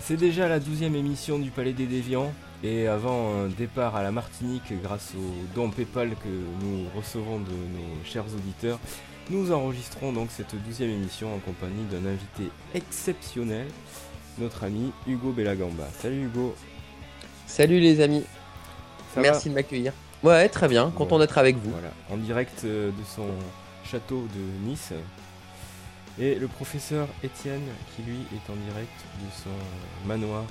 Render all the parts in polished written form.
C'est déjà la 12e émission du Palais des Déviants, et avant un départ à la Martinique grâce aux dons PayPal que nous recevons de nos chers auditeurs, nous enregistrons donc cette 12e émission en compagnie d'un invité exceptionnel, notre ami Hugo Bellagamba. Salut Hugo. Salut les amis. Ça Merci de m'accueillir. Ouais, très bien, content d'être avec vous. Voilà, en direct de son château de Nice. Et le professeur Étienne, qui lui est en direct de son manoir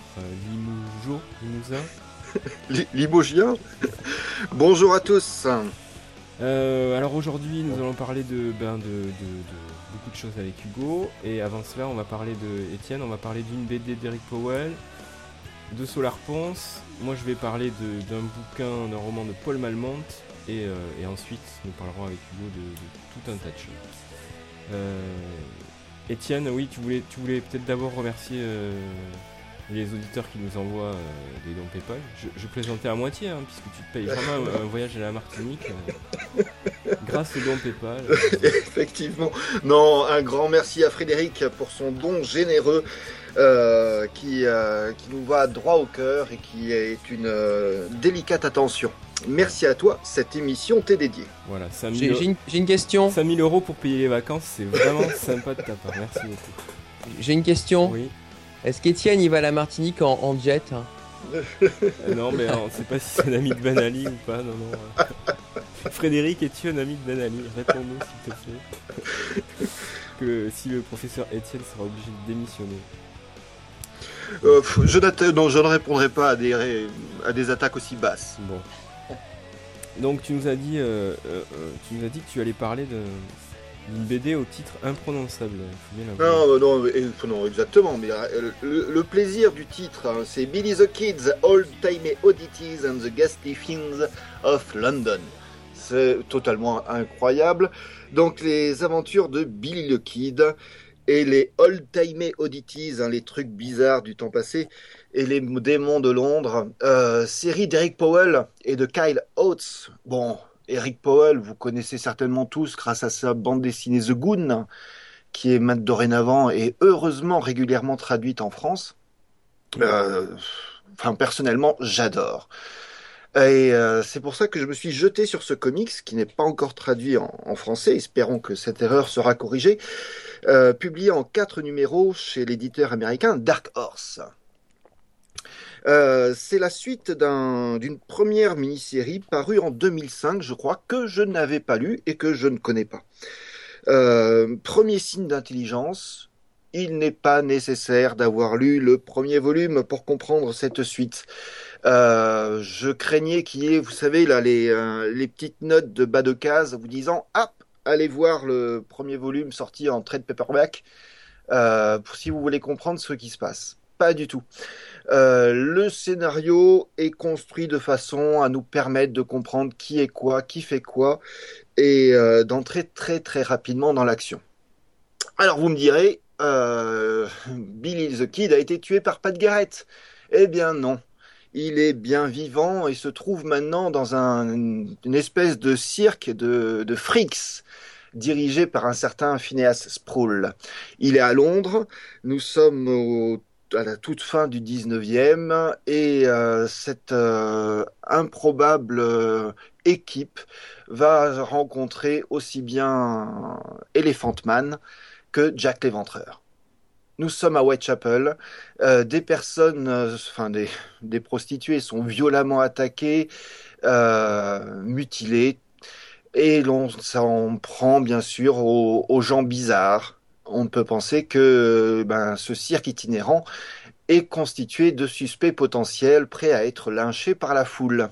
Limousin. Limougien. Bonjour à tous. Alors aujourd'hui, nous allons parler de beaucoup de choses avec Hugo. Et avant cela, on va parler de Étienne, on va parler d'une BD d'Eric Powell, de Solar Ponce. Moi, je vais parler d'un bouquin, d'un roman de Paul Malmont. Et ensuite, nous parlerons avec Hugo de tout un tas de choses. Étienne, oui, tu voulais peut-être d'abord remercier les auditeurs qui nous envoient des dons PayPal. Je plaisantais à moitié, puisque tu te payes vraiment un voyage à la Martinique grâce aux dons PayPal. Effectivement. Non, un grand merci à Frédéric pour son don généreux qui nous va droit au cœur et qui est une délicate attention. Merci à toi, cette émission t'est dédiée. Voilà, J'ai une question. 5 000 € pour payer les vacances, c'est vraiment sympa de ta part. Merci beaucoup. J'ai une question. Oui. Est-ce qu'Étienne il va à la Martinique en jet Non, mais on ne sait pas si c'est un ami de Ben Ali ou pas. Non. Frédéric, es-tu un ami de Ben Ali? Réponds-nous s'il te plaît. Que si le professeur Étienne sera obligé de démissionner. Je ne répondrai pas à des attaques aussi basses. Bon. Donc tu nous as dit que tu allais parler d'une BD au titre imprononçable. Non, exactement. Mais le plaisir du titre, c'est Billy the Kid's Old-Timey Oddities and the Ghastly Things of London. C'est totalement incroyable. Donc les aventures de Billy the Kid et les Old-Timey Oddities, les trucs bizarres du temps passé, et les démons de Londres, série d'Eric Powell et de Kyle Oates. Bon, Eric Powell, vous connaissez certainement tous grâce à sa bande dessinée The Goon, qui est maintenant dorénavant et heureusement régulièrement traduite en France. Personnellement, j'adore. Et c'est pour ça que je me suis jeté sur ce comics, qui n'est pas encore traduit en français. Espérons que cette erreur sera corrigée. Publié en 4 numéros chez l'éditeur américain Dark Horse. C'est la suite d'une première mini-série parue en 2005, je crois, que je n'avais pas lu et que je ne connais pas. Premier signe d'intelligence, il n'est pas nécessaire d'avoir lu le premier volume pour comprendre cette suite. Je craignais qu'il y ait, vous savez, là, les petites notes de bas de case vous disant « Hop, allez voir le premier volume sorti en trade paperback si vous voulez comprendre ce qui se passe. » Pas du tout. Le scénario est construit de façon à nous permettre de comprendre qui est quoi, qui fait quoi, et d'entrer très très rapidement dans l'action. Alors vous me direz, Billy the Kid a été tué par Pat Garrett. Eh bien non. Il est bien vivant et se trouve maintenant dans une espèce de cirque de freaks dirigé par un certain Phineas Sproul. Il est à Londres, nous sommes à la toute fin du 19e et cette improbable équipe va rencontrer aussi bien Elephant Man que Jack l'Éventreur. Nous sommes à Whitechapel, des personnes, des prostituées sont violemment attaquées, mutilées, et l'on s'en prend bien sûr aux gens bizarres. On peut penser que ce cirque itinérant est constitué de suspects potentiels prêts à être lynchés par la foule.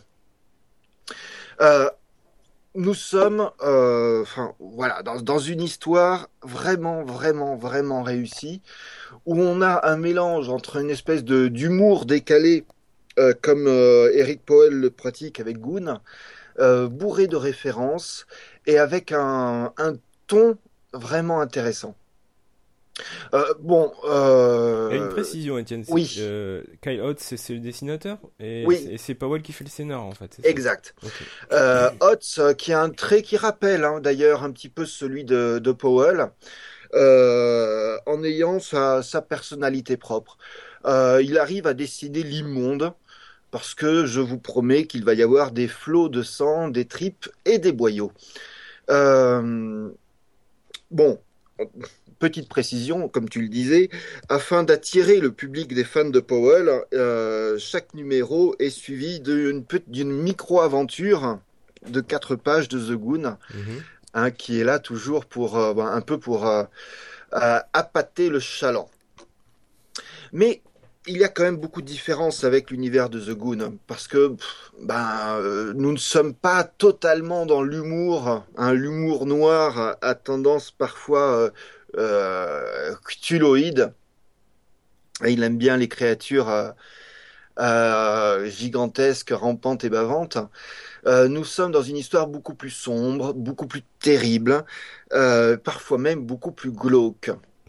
Nous sommes dans une histoire vraiment, vraiment, vraiment réussie, où on a un mélange entre une espèce d'humour décalé, comme Eric Powell le pratique avec Goon, bourré de références, et avec un ton vraiment intéressant. Il y a une précision, Étienne. Oui. Kyle Oates, c'est le dessinateur oui. Et c'est Powell qui fait le scénar, en fait. Exact. Okay. Oates, qui a un trait qui rappelle d'ailleurs un petit peu celui de Powell, en ayant sa personnalité propre. Il arrive à dessiner l'immonde parce que je vous promets qu'il va y avoir des flots de sang, des tripes et des boyaux. Euh, bon, petite précision, comme tu le disais, afin d'attirer le public des fans de Powell, chaque numéro est suivi d'une micro-aventure de 4 pages de The Goon, Mhm. hein, qui est là toujours pour un peu pour appâter le chaland. Mais il y a quand même beaucoup de différences avec l'univers de The Goon, parce que nous ne sommes pas totalement dans l'humour. L'humour noir a tendance parfois cthulhoïde. Et il aime bien les créatures gigantesques, rampantes et bavantes. Nous sommes dans une histoire beaucoup plus sombre, beaucoup plus terrible, parfois même beaucoup plus glauque.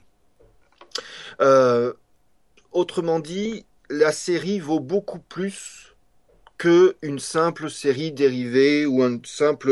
Euh, Autrement dit, la série vaut beaucoup plus que une simple série dérivée ou une simple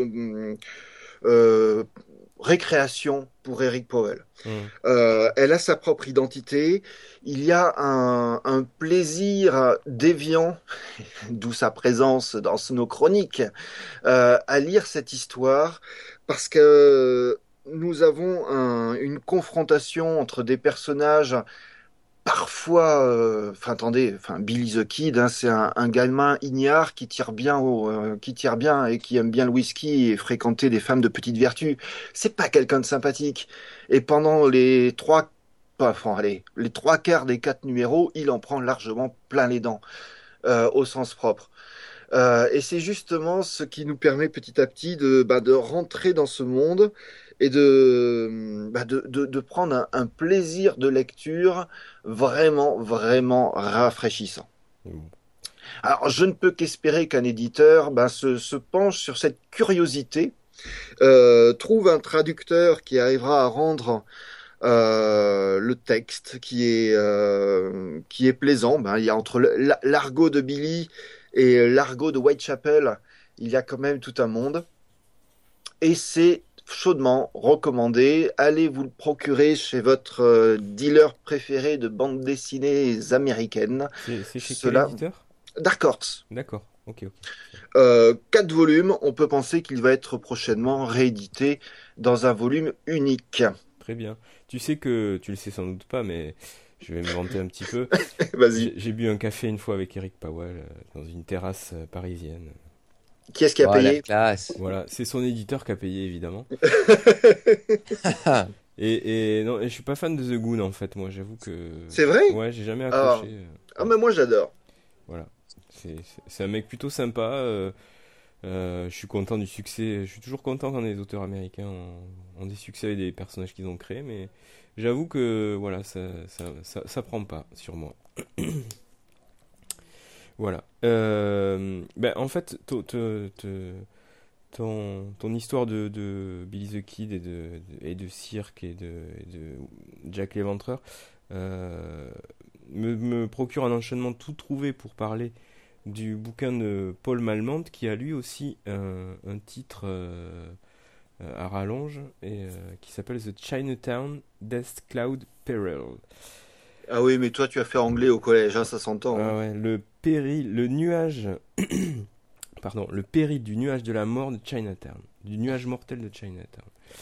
euh, récréation pour Eric Powell. Mhm. Elle a sa propre identité. Il y a un plaisir déviant, d'où sa présence dans nos chroniques, à lire cette histoire parce que nous avons une confrontation entre des personnages parfois, attendez, Billy the Kid, hein, c'est un gamin ignare qui tire bien et qui aime bien le whisky et fréquenter des femmes de petite vertu. C'est pas quelqu'un de sympathique. Et pendant les 3 quarts des 4 numéros, il en prend largement plein les dents, au sens propre. Et c'est justement ce qui nous permet petit à petit de rentrer dans ce monde et de prendre un plaisir de lecture vraiment, vraiment rafraîchissant. Mhm. Alors, je ne peux qu'espérer qu'un éditeur se penche sur cette curiosité, trouve un traducteur qui arrivera à rendre le texte qui est plaisant. Il y a entre l'argot de Billy et l'argot de Whitechapel, il y a quand même tout un monde. Et c'est chaudement recommandé. Allez vous le procurer chez votre dealer préféré de bandes dessinées américaines. C'est chez quel Cela, éditeur? Dark Horse. D'accord, ok, ok. 4 volumes, on peut penser qu'il va être prochainement réédité dans un volume unique. Très bien. Tu sais que, tu le sais sans doute pas, mais je vais me vanter un petit peu. Vas-y. J'ai bu un café une fois avec Eric Powell dans une terrasse parisienne. Qui est-ce qui a Oh, la payé? classe. Voilà, c'est son éditeur qui a payé évidemment. Non, et je suis pas fan de The Goon en fait, moi j'avoue que. C'est vrai? Ouais, j'ai jamais Ah, accroché. mais moi j'adore. Voilà. C'est un mec plutôt sympa. Je suis content du succès. Je suis toujours content quand les auteurs américains ont des succès avec des personnages qu'ils ont créés, mais j'avoue que voilà, ça prend pas sur moi. Voilà. En fait, ton histoire de Billy the Kid et de cirque et de Jack l'Éventreur euh, me procure un enchaînement tout trouvé pour parler du bouquin de Paul Malmont qui a lui aussi un titre à rallonge qui s'appelle The Chinatown Death Cloud Peril. Ah oui, mais toi tu as fait anglais au collège, hein, ça s'entend, hein. Ah ouais, le nuage, pardon, le péril du nuage de la mort de Chinatown, du nuage mortel de Chinatown.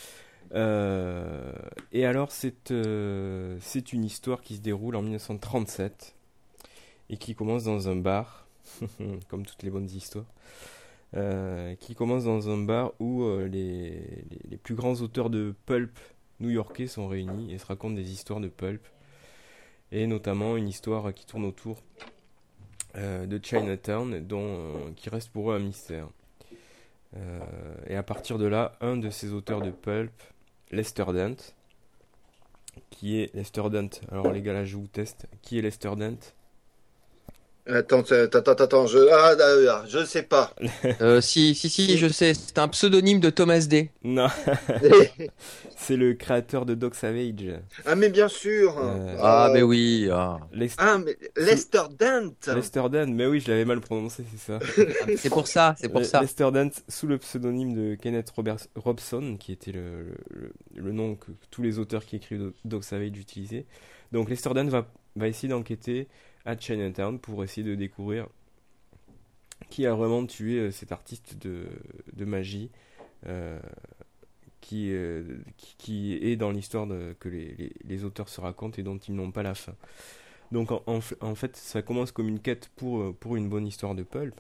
Et alors c'est une histoire qui se déroule en 1937 et qui commence dans un bar, comme toutes les bonnes histoires, qui commence dans un bar où les plus grands auteurs de pulp new-yorkais sont réunis et se racontent des histoires de pulp, et notamment une histoire qui tourne autour de Chinatown, qui reste pour eux un mystère. Et à partir de là, un de ces auteurs de pulp, Lester Dent, qui est Lester Dent. Alors les gars, là je vous teste. Qui est Lester Dent? Attends, je sais pas. Si, je sais. C'est un pseudonyme de Thomas D. Non, c'est le créateur de Dog Savage. Ah mais bien sûr. Ah, mais oui. Ah. Mais Lester Dent. Lester Dent, mais oui, je l'avais mal prononcé, c'est ça. C'est pour ça, c'est pour ça. Lester Dent, sous le pseudonyme de Kenneth Robson, qui était le nom que tous les auteurs qui écrivent Dog Savage utilisaient. Donc Lester Dent va va essayer d'enquêter à Chinatown pour essayer de découvrir qui a vraiment tué cet artiste de magie qui est dans l'histoire que les auteurs se racontent et dont ils n'ont pas la fin. Donc en fait, ça commence comme une quête pour une bonne histoire de pulp.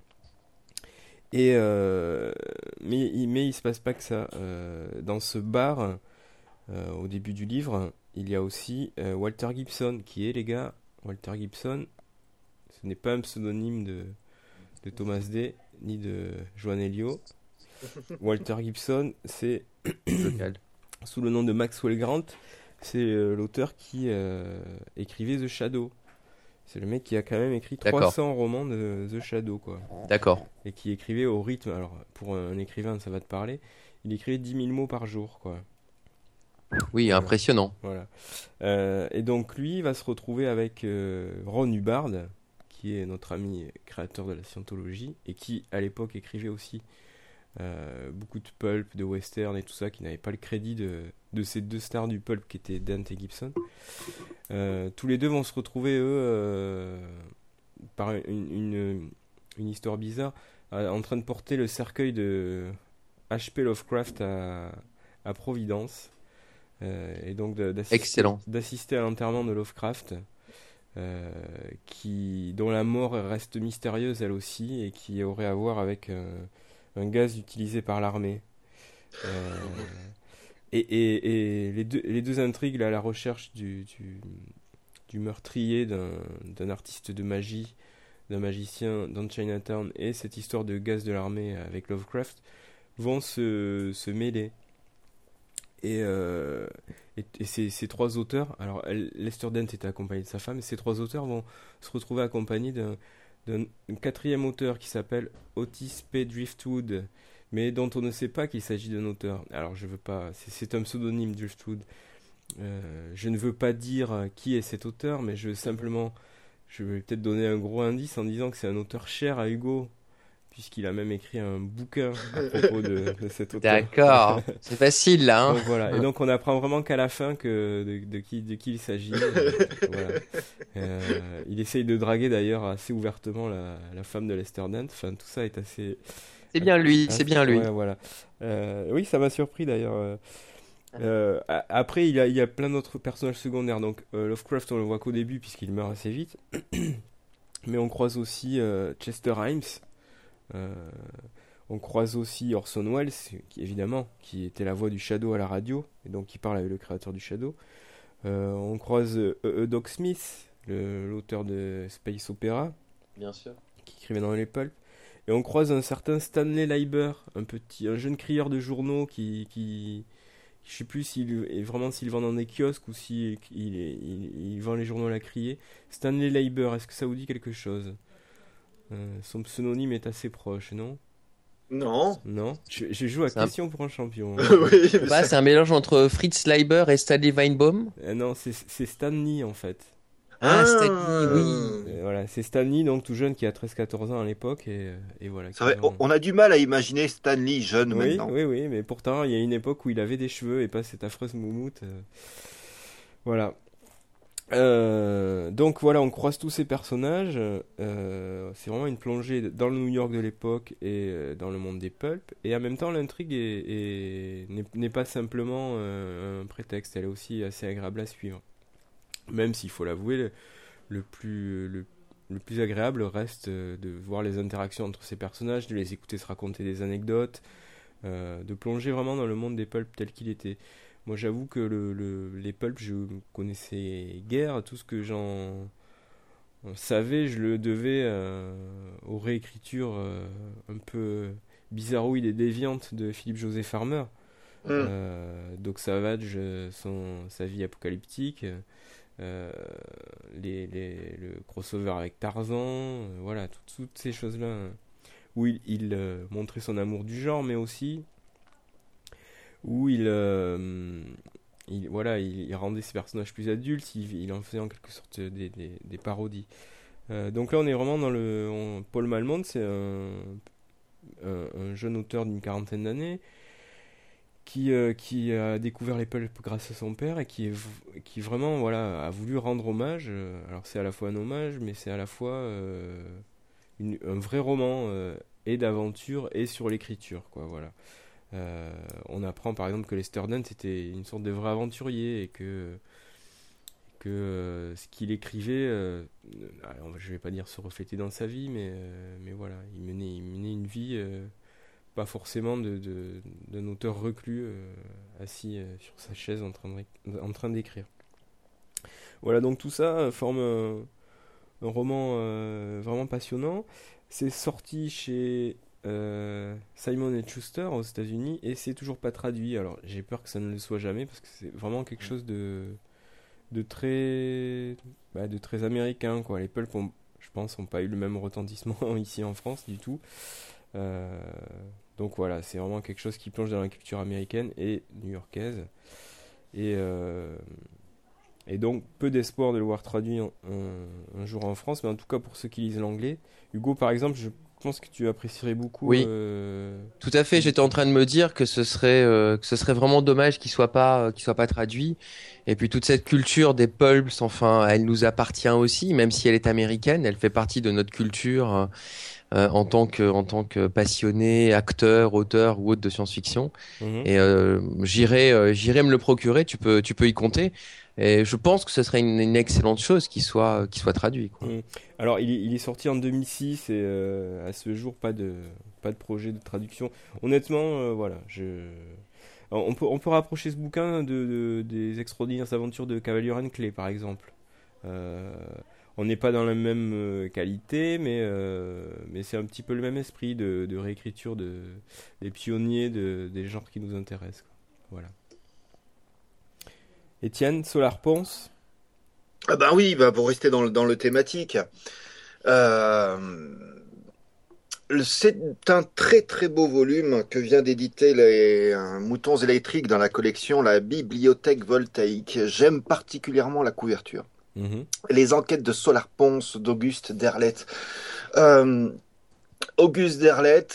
Et mais il se passe pas que ça. Dans ce bar, au début du livre, il y a aussi Walter Gibson, qui est, les gars, Walter Gibson, ce n'est pas un pseudonyme de Thomas Day, ni de Joan Elliot. Walter Gibson, c'est sous le nom de Maxwell Grant, c'est l'auteur qui écrivait The Shadow. C'est le mec qui a quand même écrit 300 romans de The Shadow, quoi. D'accord. Et qui écrivait au rythme, alors pour un écrivain ça va te parler, il écrivait 10 000 mots par jour, quoi. Oui, impressionnant. Voilà. Et donc lui il va se retrouver avec Ron Hubbard, qui est notre ami créateur de la scientologie, et qui à l'époque écrivait aussi beaucoup de pulp, de western et tout ça, qui n'avait pas le crédit de ces deux stars du pulp qui étaient Dante et Gibson. Tous les deux vont se retrouver, eux, par une histoire bizarre, en train de porter le cercueil de H.P. Lovecraft à Providence, et donc d'assister à l'enterrement de Lovecraft, dont la mort reste mystérieuse elle aussi, et qui aurait à voir avec un gaz utilisé par l'armée. Et les deux intrigues, là, la recherche du meurtrier d'un artiste de magie, d'un magicien dans Chinatown, et cette histoire de gaz de l'armée avec Lovecraft, vont se mêler. Et ces trois auteurs, alors Lester Dent était accompagné de sa femme, et ces trois auteurs vont se retrouver accompagnés d'un quatrième auteur qui s'appelle Otis P. Driftwood, mais dont on ne sait pas qu'il s'agit d'un auteur. Alors je veux pas, c'est un pseudonyme, Driftwood. Je ne veux pas dire qui est cet auteur, mais je vais peut-être donner un gros indice en disant que c'est un auteur cher à Hugo, puisqu'il a même écrit un bouquin à propos de cet auteur. D'accord, c'est facile là. Hein. Donc voilà, et donc on apprend vraiment qu'à la fin de qui il s'agit. Voilà. Il essaye de draguer d'ailleurs assez ouvertement la femme de Lester Dent. Enfin, tout ça est assez. C'est bien lui, c'est bien lui. Ouais, voilà. Oui, ça m'a surpris d'ailleurs. Après, il y a plein d'autres personnages secondaires. Donc Lovecraft, on le voit qu'au début puisqu'il meurt assez vite. Mais on croise aussi Chester Himes. On croise aussi Orson Welles, qui était la voix du Shadow à la radio, et donc qui parle avec le créateur du Shadow. On croise Doc Smith, l'auteur de Space Opera, bien sûr, qui écrivait dans les pulps. Et on croise un certain Stanley Leiber, un jeune crieur de journaux qui je sais plus s'il vend dans des kiosques ou s'il il vend les journaux à la criée. Stanley Leiber, est-ce que ça vous dit quelque chose? Son pseudonyme est assez proche, non? Non. Non. Je joue à question pour un champion. Oui, c'est un mélange entre Fritz Leiber et Stanley Weinbaum. Non, c'est Stanley en fait. Ah, Stanley, oui. Voilà, c'est Stanley, donc tout jeune, qui a 13-14 ans à l'époque, et voilà. C'est vrai, on a du mal à imaginer Stanley jeune maintenant. Oui, mais pourtant, il y a une époque où il avait des cheveux et pas cette affreuse moumoute. Voilà. Donc voilà, on croise tous ces personnages. C'est vraiment une plongée dans le New York de l'époque et dans le monde des pulps. Et en même temps, l'intrigue n'est pas simplement un prétexte, elle est aussi assez agréable à suivre. Même s'il faut l'avouer, le plus agréable reste de voir les interactions entre ces personnages, de les écouter se raconter des anecdotes, de plonger vraiment dans le monde des pulps tel qu'il était. Moi, j'avoue que les pulps, je connaissais guère. Tout ce que j'en savais, je le devais aux réécritures un peu bizarroïdes et déviantes de Philippe José Farmer. Doc Savage, sa vie apocalyptique, le crossover avec Tarzan, voilà, toutes ces choses-là, où il montrait son amour du genre, mais aussi où il rendait ses personnages plus adultes, il en faisait en quelque sorte des parodies. Donc là, on est vraiment dans Paul Malmont, c'est un jeune auteur d'une quarantaine d'années qui a découvert les pulps grâce à son père et qui vraiment voilà, a voulu rendre hommage. Alors c'est à la fois un hommage, mais c'est à la fois un vrai roman et d'aventure et sur l'écriture, quoi, voilà. On apprend par exemple que Lester Dent était une sorte de vrai aventurier et que ce qu'il écrivait, alors, je vais pas dire se refléter dans sa vie, mais voilà, il menait une vie pas forcément d'un auteur reclus assis sur sa chaise en train d'écrire. Voilà, donc tout ça forme un roman vraiment passionnant. C'est sorti chez Simon et Schuster aux États-Unis et c'est toujours pas traduit. Alors j'ai peur que ça ne le soit jamais parce que c'est vraiment quelque chose de très, de très américain, quoi. Les pulps, je pense, n'ont pas eu le même retentissement ici en France du tout. Euh, donc voilà, c'est vraiment quelque chose qui plonge dans la culture américaine et new-yorkaise. Et, euh, et donc, peu d'espoir de le voir traduit un jour en France, mais en tout cas pour ceux qui lisent l'anglais. Hugo, par exemple, je pense que tu apprécierais beaucoup. Oui, tout à fait. J'étais en train de me dire que ce serait vraiment dommage qu'il soit pas traduit. Et puis toute cette culture des pulps, enfin, elle nous appartient aussi, même si elle est américaine, elle fait partie de notre culture en tant que passionné, acteur, auteur ou autre de science-fiction. Mhm. Et j'irai me le procurer. Tu peux y compter. Et je pense que ce serait une excellente chose qu'il soit traduit, quoi. Mhm. Alors, il est sorti en 2006 et à ce jour, pas de projet de traduction. Honnêtement, voilà, on peut rapprocher ce bouquin des extraordinaires aventures de Cavalier Clay, par exemple. Euh, on n'est pas dans la même qualité, mais c'est un petit peu le même esprit de réécriture des pionniers des genres qui nous intéressent, quoi. Voilà. Étienne, Solar Ponce. Ah ben oui, bah pour rester dans le thématique, euh, c'est un très très beau volume que vient d'éditer les Moutons électriques dans la collection La Bibliothèque Voltaïque. J'aime particulièrement la couverture. Mhm. Les enquêtes de Solar Ponce d'Auguste Derleth. Euh, Auguste Derleth,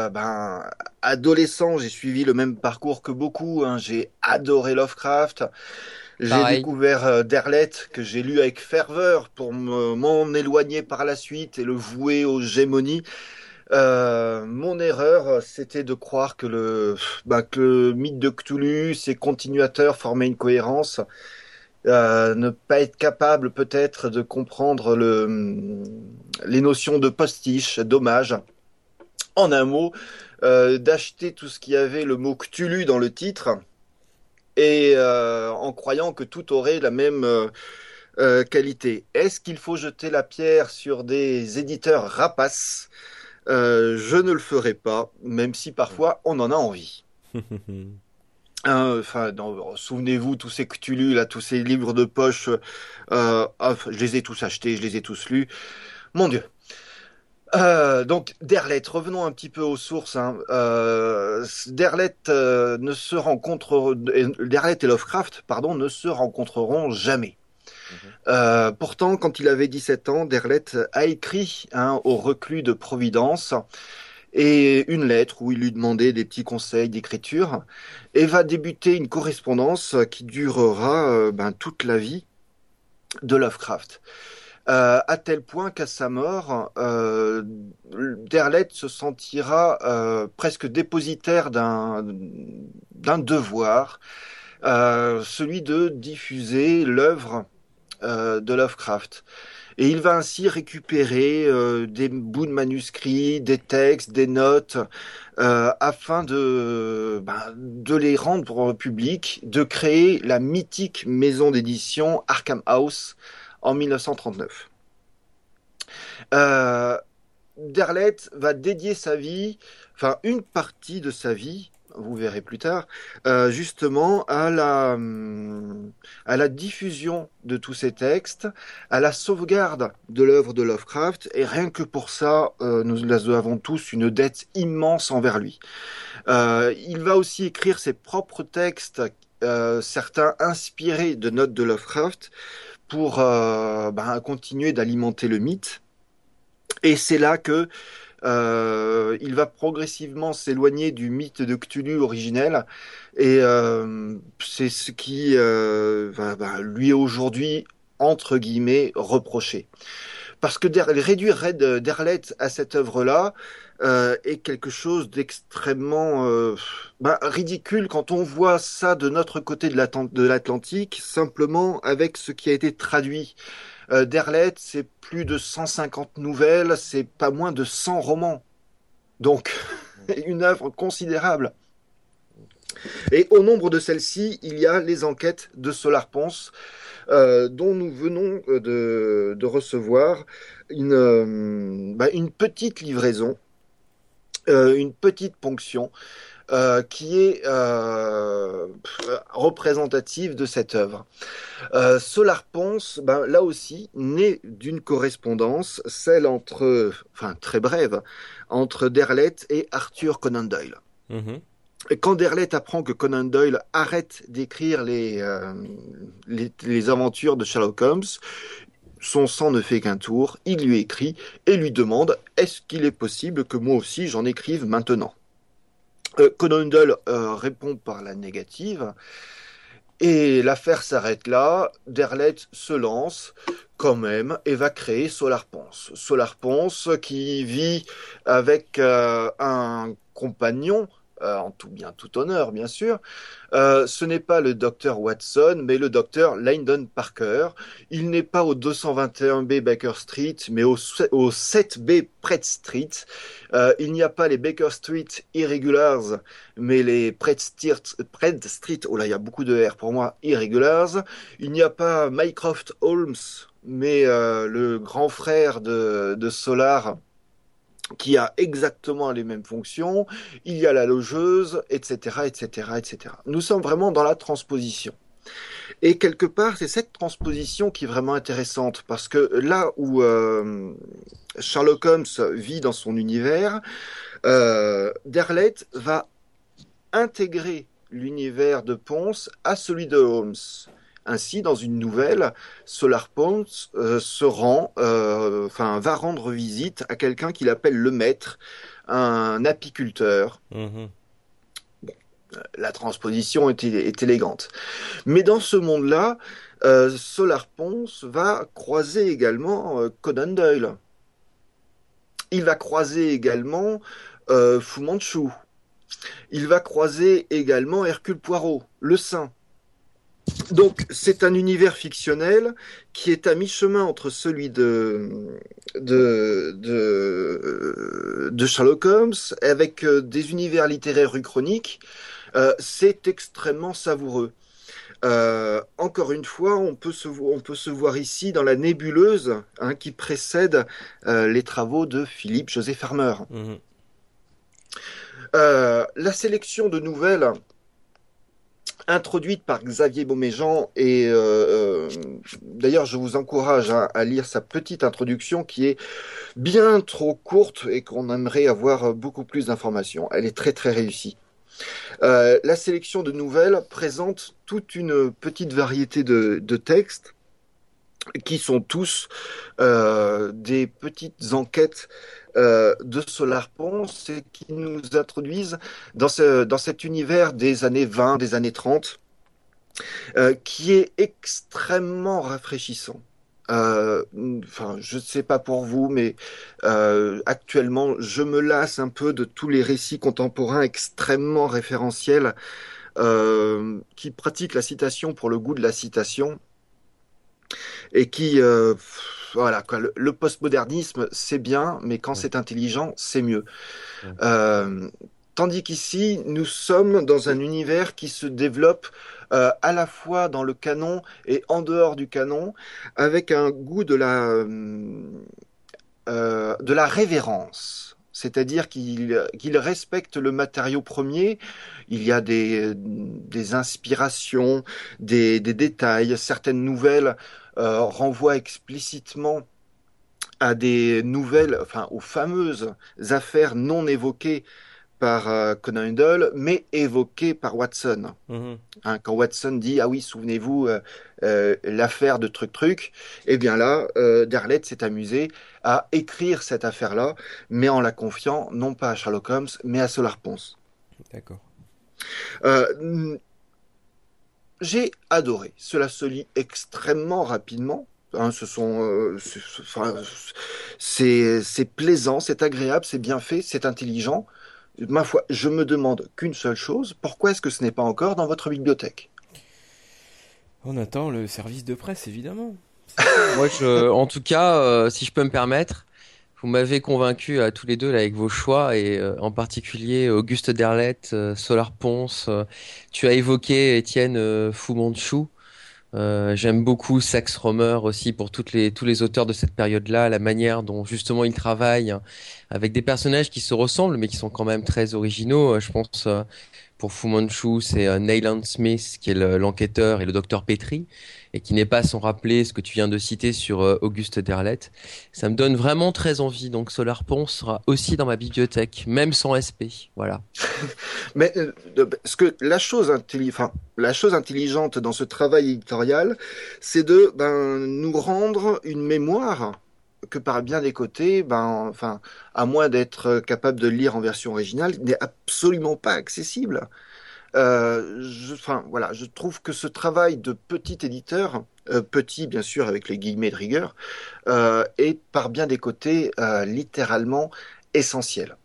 adolescent, j'ai suivi le même parcours que beaucoup, hein. J'ai adoré Lovecraft. J'ai Pareil. découvert Derleth, que j'ai lu avec ferveur pour m'en éloigner par la suite et le vouer aux gémonies. Mon erreur, c'était de croire que le mythe de Cthulhu, ses continuateurs formaient une cohérence. Ne pas être capable peut-être de comprendre les notions de postiche, d'hommage. En un mot, d'acheter tout ce qui avait le mot Cthulhu dans le titre et en croyant que tout aurait la même qualité. Est-ce qu'il faut jeter la pierre sur des éditeurs rapaces? Je ne le ferai pas, même si parfois on en a envie. Hein, enfin, souvenez-vous, tous ces Cthulhu, là, tous ces livres de poche, je les ai tous achetés, je les ai tous lus. Mon Dieu. Donc Derleth, revenons un petit peu aux sources, hein. Derleth ne se rencontre, Derleth et Lovecraft, pardon, ne se rencontreront jamais. Mhm. Pourtant, quand il avait 17 ans, Derleth a écrit, hein, au reclus de Providence et une lettre où il lui demandait des petits conseils d'écriture et va débuter une correspondance qui durera toute la vie de Lovecraft. À tel point qu'à sa mort, Derleth se sentira presque dépositaire d'un devoir, celui de diffuser l'œuvre de Lovecraft. Et il va ainsi récupérer des bouts de manuscrits, des textes, des notes, afin de les rendre publics, de créer la mythique maison d'édition Arkham House en 1939. Euh, Derleth va dédier sa vie, enfin une partie de sa vie, vous verrez plus tard, justement à la diffusion de tous ces textes, à la sauvegarde de l'œuvre de Lovecraft, et rien que pour ça, nous avons tous une dette immense envers lui. Il va aussi écrire ses propres textes, certains inspirés de notes de Lovecraft, pour continuer d'alimenter le mythe. Et c'est là que Il va progressivement s'éloigner du mythe de Cthulhu originel, et c'est ce qui va lui aujourd'hui, entre guillemets, reprocher. Parce que réduire Derlet à cette œuvre-là est quelque chose d'extrêmement ridicule quand on voit ça de notre côté de l'Atlantique, simplement avec ce qui a été traduit. Derlet, c'est plus de 150 nouvelles, c'est pas moins de 100 romans. Donc, une œuvre considérable. Et au nombre de celles-ci, il y a les enquêtes de Solar Ponce, dont nous venons de recevoir une petite livraison, une petite ponction, qui est représentative de cette œuvre. Solar Ponce, là aussi, naît d'une correspondance, celle très brève, entre Derlet et Arthur Conan Doyle. Mhm. Et quand Derlet apprend que Conan Doyle arrête d'écrire les aventures de Sherlock Holmes, son sang ne fait qu'un tour, il lui écrit et lui demande « Est-ce qu'il est possible que moi aussi j'en écrive maintenant ?» Conan Doyle répond par la négative, et l'affaire s'arrête là. Derlet se lance quand même et va créer Solar Ponce. Solar Ponce qui vit avec un compagnon, en tout bien, tout honneur, bien sûr. Ce n'est pas le docteur Watson, mais le docteur Lyndon Parker. Il n'est pas au 221B Baker Street, mais au 7B Pratt Street. Il n'y a pas les Baker Street Irregulars, mais les Pratt Street, oh là, il y a beaucoup de R pour moi, Irregulars. Il n'y a pas Mycroft Holmes, mais le grand frère de Solar, qui a exactement les mêmes fonctions, il y a la logeuse, etc., etc., etc. Nous sommes vraiment dans la transposition. Et quelque part, c'est cette transposition qui est vraiment intéressante, parce que là où Sherlock Holmes vit dans son univers, Derlet va intégrer l'univers de Ponce à celui de Holmes. Ainsi, dans une nouvelle, Solar Ponce va rendre visite à quelqu'un qu'il appelle le maître, un apiculteur. Mhm. La transposition est élégante. Mais dans ce monde-là, Solar Ponce va croiser également Conan Doyle. Il va croiser également Fu Manchu. Il va croiser également Hercule Poirot, le Saint. Donc, c'est un univers fictionnel qui est à mi-chemin entre celui de Sherlock Holmes, avec des univers littéraires uchroniques. C'est extrêmement savoureux. Encore une fois, on peut se voir ici dans la nébuleuse qui précède les travaux de Philippe José Farmer. Mhm. La sélection de nouvelles introduite par Xavier Beauméjean, et d'ailleurs je vous encourage à lire sa petite introduction qui est bien trop courte et qu'on aimerait avoir beaucoup plus d'informations. Elle est très très réussie. La sélection de nouvelles présente toute une petite variété de textes qui sont tous des petites enquêtes de Solar Ponce et qui nous introduisent dans cet univers des années 20, des années 30, qui est extrêmement rafraîchissant. Je ne sais pas pour vous, mais actuellement, je me lasse un peu de tous les récits contemporains extrêmement référentiels qui pratiquent la citation pour le goût de la citation et qui, voilà, quoi, le postmodernisme, c'est bien, mais quand c'est intelligent, c'est mieux. Tandis qu'ici, nous sommes dans un univers qui se développe à la fois dans le canon et en dehors du canon, avec un goût de la révérence. C'est-à-dire qu'il respecte le matériau premier. Il y a des inspirations, des détails. Certaines nouvelles renvoient explicitement à des nouvelles, enfin aux fameuses affaires non évoquées par Conan Doyle, mais évoqué par Watson. Mhm. Hein, quand Watson dit ah oui, souvenez-vous l'affaire de truc, eh bien là, Derleth s'est amusé à écrire cette affaire-là, mais en la confiant non pas à Sherlock Holmes, mais à Solar Ponce. D'accord. Euh, j'ai adoré. Cela se lit extrêmement rapidement. Hein, enfin, c'est plaisant, c'est agréable, c'est bien fait, c'est intelligent. Ma foi, je me demande qu'une seule chose, pourquoi est-ce que ce n'est pas encore dans votre bibliothèque? On attend le service de presse, évidemment. Moi, en tout cas, si je peux me permettre, vous m'avez convaincu à tous les deux là, avec vos choix et en particulier Auguste Derleth, Solar Ponce. Tu as évoqué Étienne Fu Manchu. J'aime beaucoup Sax Rohmer aussi pour tous les auteurs de cette période-là, la manière dont justement ils travaillent hein, avec des personnages qui se ressemblent mais qui sont quand même très originaux. Je pense pour Fu Manchu, c'est Nayland Smith qui est l'enquêteur et le docteur Petrie et qui n'est pas sans rappeler ce que tu viens de citer sur Auguste Derleth. Ça me donne vraiment très envie. Donc Solar Ponce sera aussi dans ma bibliothèque, même sans SP. Voilà. Mais parce que la chose intelligente dans ce travail éditorial, c'est de nous rendre une mémoire que par bien des côtés, enfin, à moins d'être capable de le lire en version originale, n'est absolument pas accessible. Enfin, voilà, je trouve que ce travail de petit éditeur, petit bien sûr avec les guillemets de rigueur, est par bien des côtés littéralement essentiel.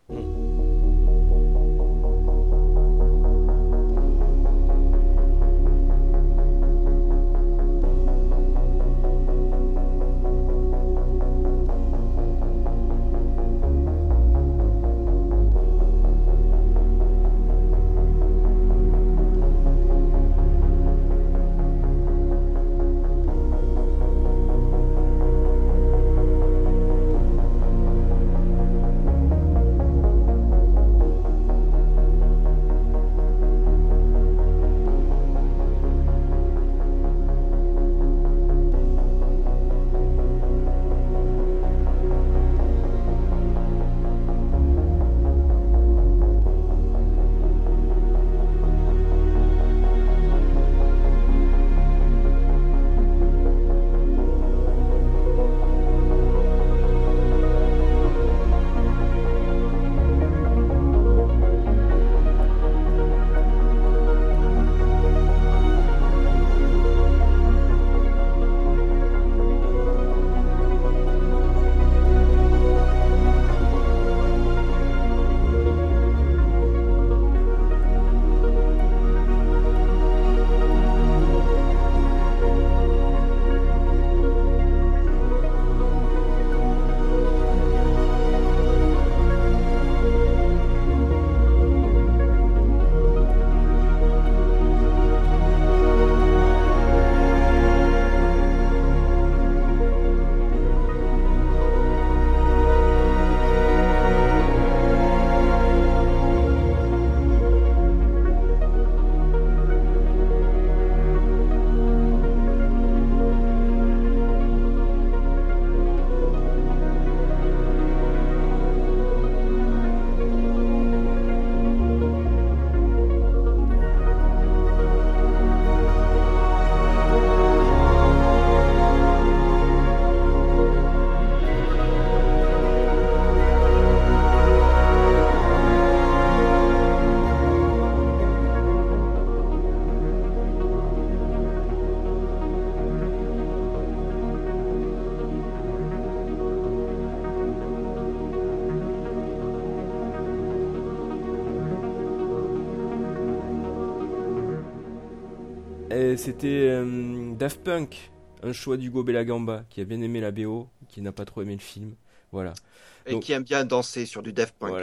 Et c'était Daft Punk, un choix d'Hugo Bellagamba, qui a bien aimé la BO, qui n'a pas trop aimé le film. Voilà. Et Donc, qui aime bien danser sur du Daft Punk. voilà.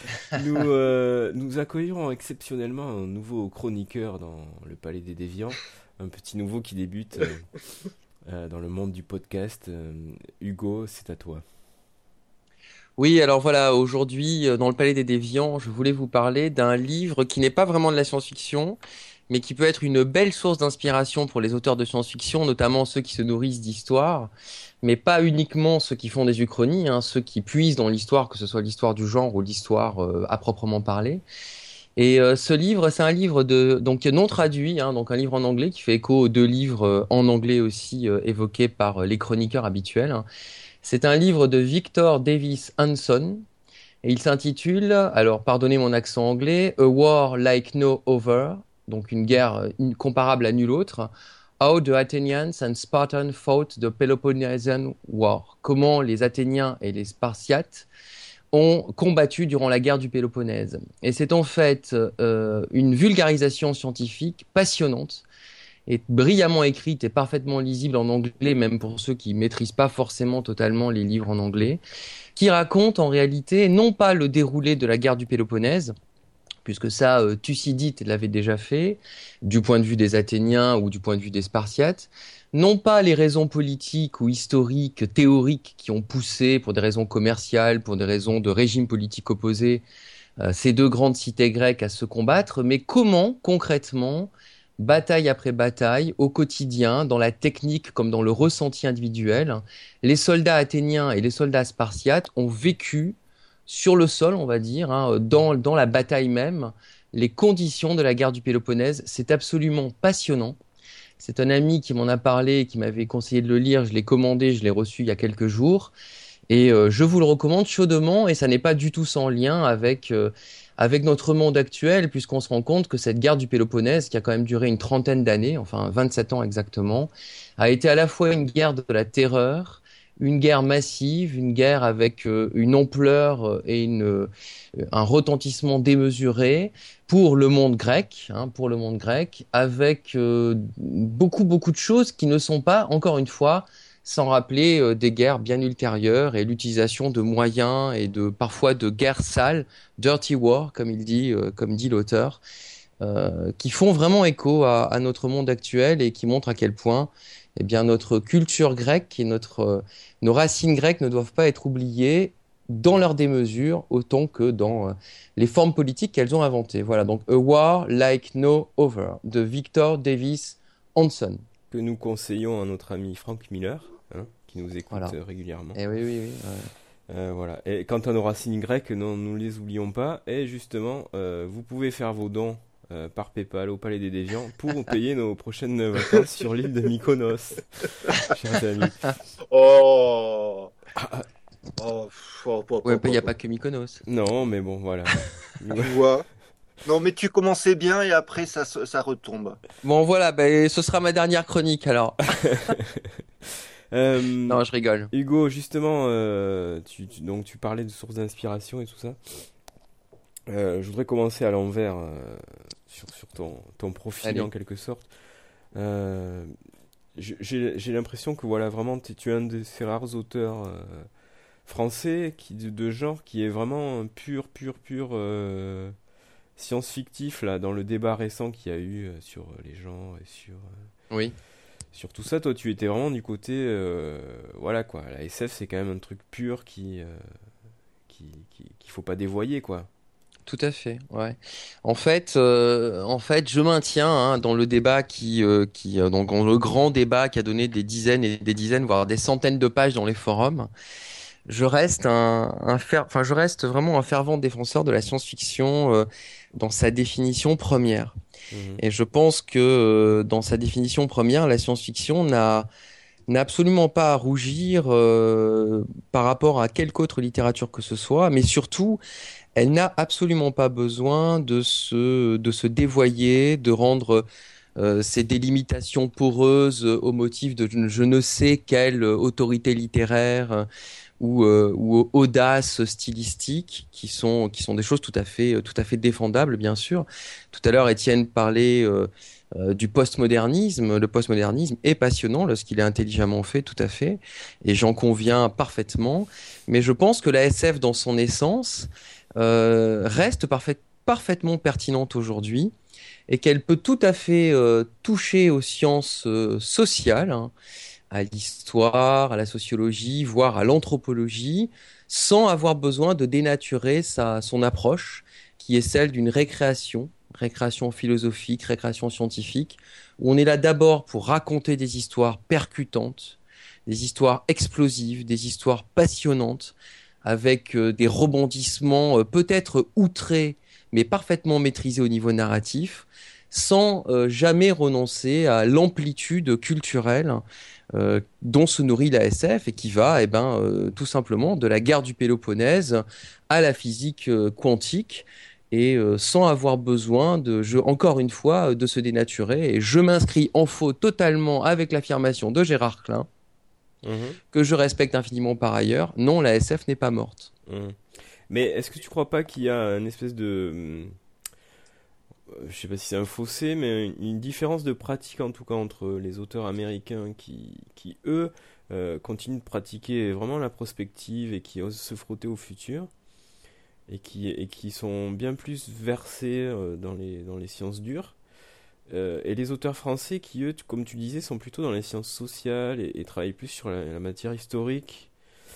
Nous accueillerons exceptionnellement un nouveau chroniqueur dans le Palais des Déviants, un petit nouveau qui débute dans le monde du podcast. Hugo, c'est à toi. Oui, alors voilà, aujourd'hui, dans le Palais des Déviants, je voulais vous parler d'un livre qui n'est pas vraiment de la science-fiction, mais qui peut être une belle source d'inspiration pour les auteurs de science-fiction, notamment ceux qui se nourrissent d'histoire, mais pas uniquement ceux qui font des uchronies, hein, ceux qui puisent dans l'histoire, que ce soit l'histoire du genre ou l'histoire à proprement parler. Et ce livre, c'est un livre donc non traduit, hein, donc un livre en anglais qui fait écho aux 2 livres en anglais aussi évoqués par les chroniqueurs habituels, hein. C'est un livre de Victor Davis Hanson et il s'intitule, alors pardonnez mon accent anglais, A War Like No Other, donc une guerre comparable à nulle autre. How the Athenians and Spartans Fought the Peloponnesian War. Comment les Athéniens et les Spartiates ont combattu durant la guerre du Péloponnèse. Et c'est en fait une vulgarisation scientifique passionnante et brillamment écrite et parfaitement lisible en anglais, même pour ceux qui maîtrisent pas forcément totalement les livres en anglais, qui raconte en réalité non pas le déroulé de la guerre du Péloponnèse, puisque ça, Thucydide l'avait déjà fait, du point de vue des Athéniens ou du point de vue des Spartiates, non pas les raisons politiques ou historiques, théoriques qui ont poussé, pour des raisons commerciales, pour des raisons de régime politique opposé, ces 2 grandes cités grecques à se combattre, mais comment, concrètement, bataille après bataille, au quotidien, dans la technique comme dans le ressenti individuel, les soldats athéniens et les soldats spartiates ont vécu sur le sol, on va dire, hein, dans la bataille même, les conditions de la guerre du Péloponnèse. C'est absolument passionnant. C'est un ami qui m'en a parlé, qui m'avait conseillé de le lire. Je l'ai commandé, je l'ai reçu il y a quelques jours. Et je vous le recommande chaudement. Et ça n'est pas du tout sans lien avec notre monde actuel, puisqu'on se rend compte que cette guerre du Péloponnèse, qui a quand même duré une 30aine d'années, enfin 27 ans exactement, a été à la fois une guerre de la terreur, une guerre massive, une guerre avec une ampleur et un retentissement démesuré pour le monde grec, avec beaucoup de choses qui ne sont pas, encore une fois, sans rappeler des guerres bien ultérieures et l'utilisation de moyens et parfois de guerres sales, dirty war, comme dit l'auteur, qui font vraiment écho à notre monde actuel et qui montrent à quel point eh bien, notre culture grecque et nos racines grecques ne doivent pas être oubliées dans leur démesure autant que dans les formes politiques qu'elles ont inventées. Voilà, donc A War Like No Other de Victor Davis Hanson. Que nous conseillons à notre ami Frank Miller, hein, qui nous écoute régulièrement. Et oui. Ouais. Voilà. Et quant à nos racines grecques, non, nous ne les oublions pas. Et justement, vous pouvez faire vos dons par PayPal au Palais des Déviants pour payer nos prochaines vacances sur l'île de Mykonos, chers amis. Ouais, il n'y a pas que Mykonos. Non, mais bon, voilà. Non, mais tu commençais bien et après ça retombe. Bon, voilà, ce sera ma dernière chronique alors. Non, je rigole. Hugo, justement, donc tu parlais de sources d'inspiration et tout ça. Je voudrais commencer à l'envers sur ton profil. Allez. En quelque sorte. J'ai l'impression que voilà, vraiment, tu es un de ces rares auteurs français de genre qui est vraiment pur science-fictif là, dans le débat récent qu'il y a eu sur les genres et sur tout ça. Toi, tu étais vraiment du côté voilà quoi, la SF c'est quand même un truc pur qu'il faut pas dévoyer quoi. Tout à fait, ouais. En fait, je maintiens dans le débat donc dans le grand débat qui a donné des dizaines et des dizaines, voire des centaines de pages dans les forums. Je reste vraiment un fervent défenseur de la science-fiction dans sa définition première. Mmh. Et je pense que dans sa définition première, la science-fiction n'a absolument pas à rougir par rapport à quelque autre littérature que ce soit, mais surtout, elle n'a absolument pas besoin de se dévoyer, de rendre ces délimitations poreuses au motif de je ne sais quelle autorité littéraire ou audace stylistique qui sont des choses tout à fait défendables bien sûr. Tout à l'heure Étienne parlait du postmodernisme. Le postmodernisme est passionnant lorsqu'il est intelligemment fait, tout à fait, et j'en conviens parfaitement, mais je pense que la SF dans son essence reste parfaitement pertinente aujourd'hui et qu'elle peut tout à fait toucher aux sciences sociales, hein, à l'histoire, à la sociologie, voire à l'anthropologie, sans avoir besoin de dénaturer son approche, qui est celle d'une récréation récréation philosophique, récréation scientifique, où on est là d'abord pour raconter des histoires percutantes, des histoires explosives, des histoires passionnantes, avec des rebondissements peut-être outrés, mais parfaitement maîtrisés au niveau narratif, sans jamais renoncer à l'amplitude culturelle dont se nourrit la SF et qui va tout simplement de la guerre du Péloponnèse à la physique quantique et sans avoir besoin encore une fois de se dénaturer. Et je m'inscris en faux totalement avec l'affirmation de Gérard Klein, que je respecte infiniment par ailleurs. Non, la SF n'est pas morte. Mais est-ce que tu crois pas qu'il y a une espèce de... je sais pas si c'est un fossé, mais une différence de pratique en tout cas entre les auteurs américains qui eux, continuent de pratiquer vraiment la prospective et qui osent se frotter au futur et qui sont bien plus versés dans les sciences dures. Et les auteurs français qui, eux, comme tu disais, sont plutôt dans les sciences sociales et travaillent plus sur la matière historique.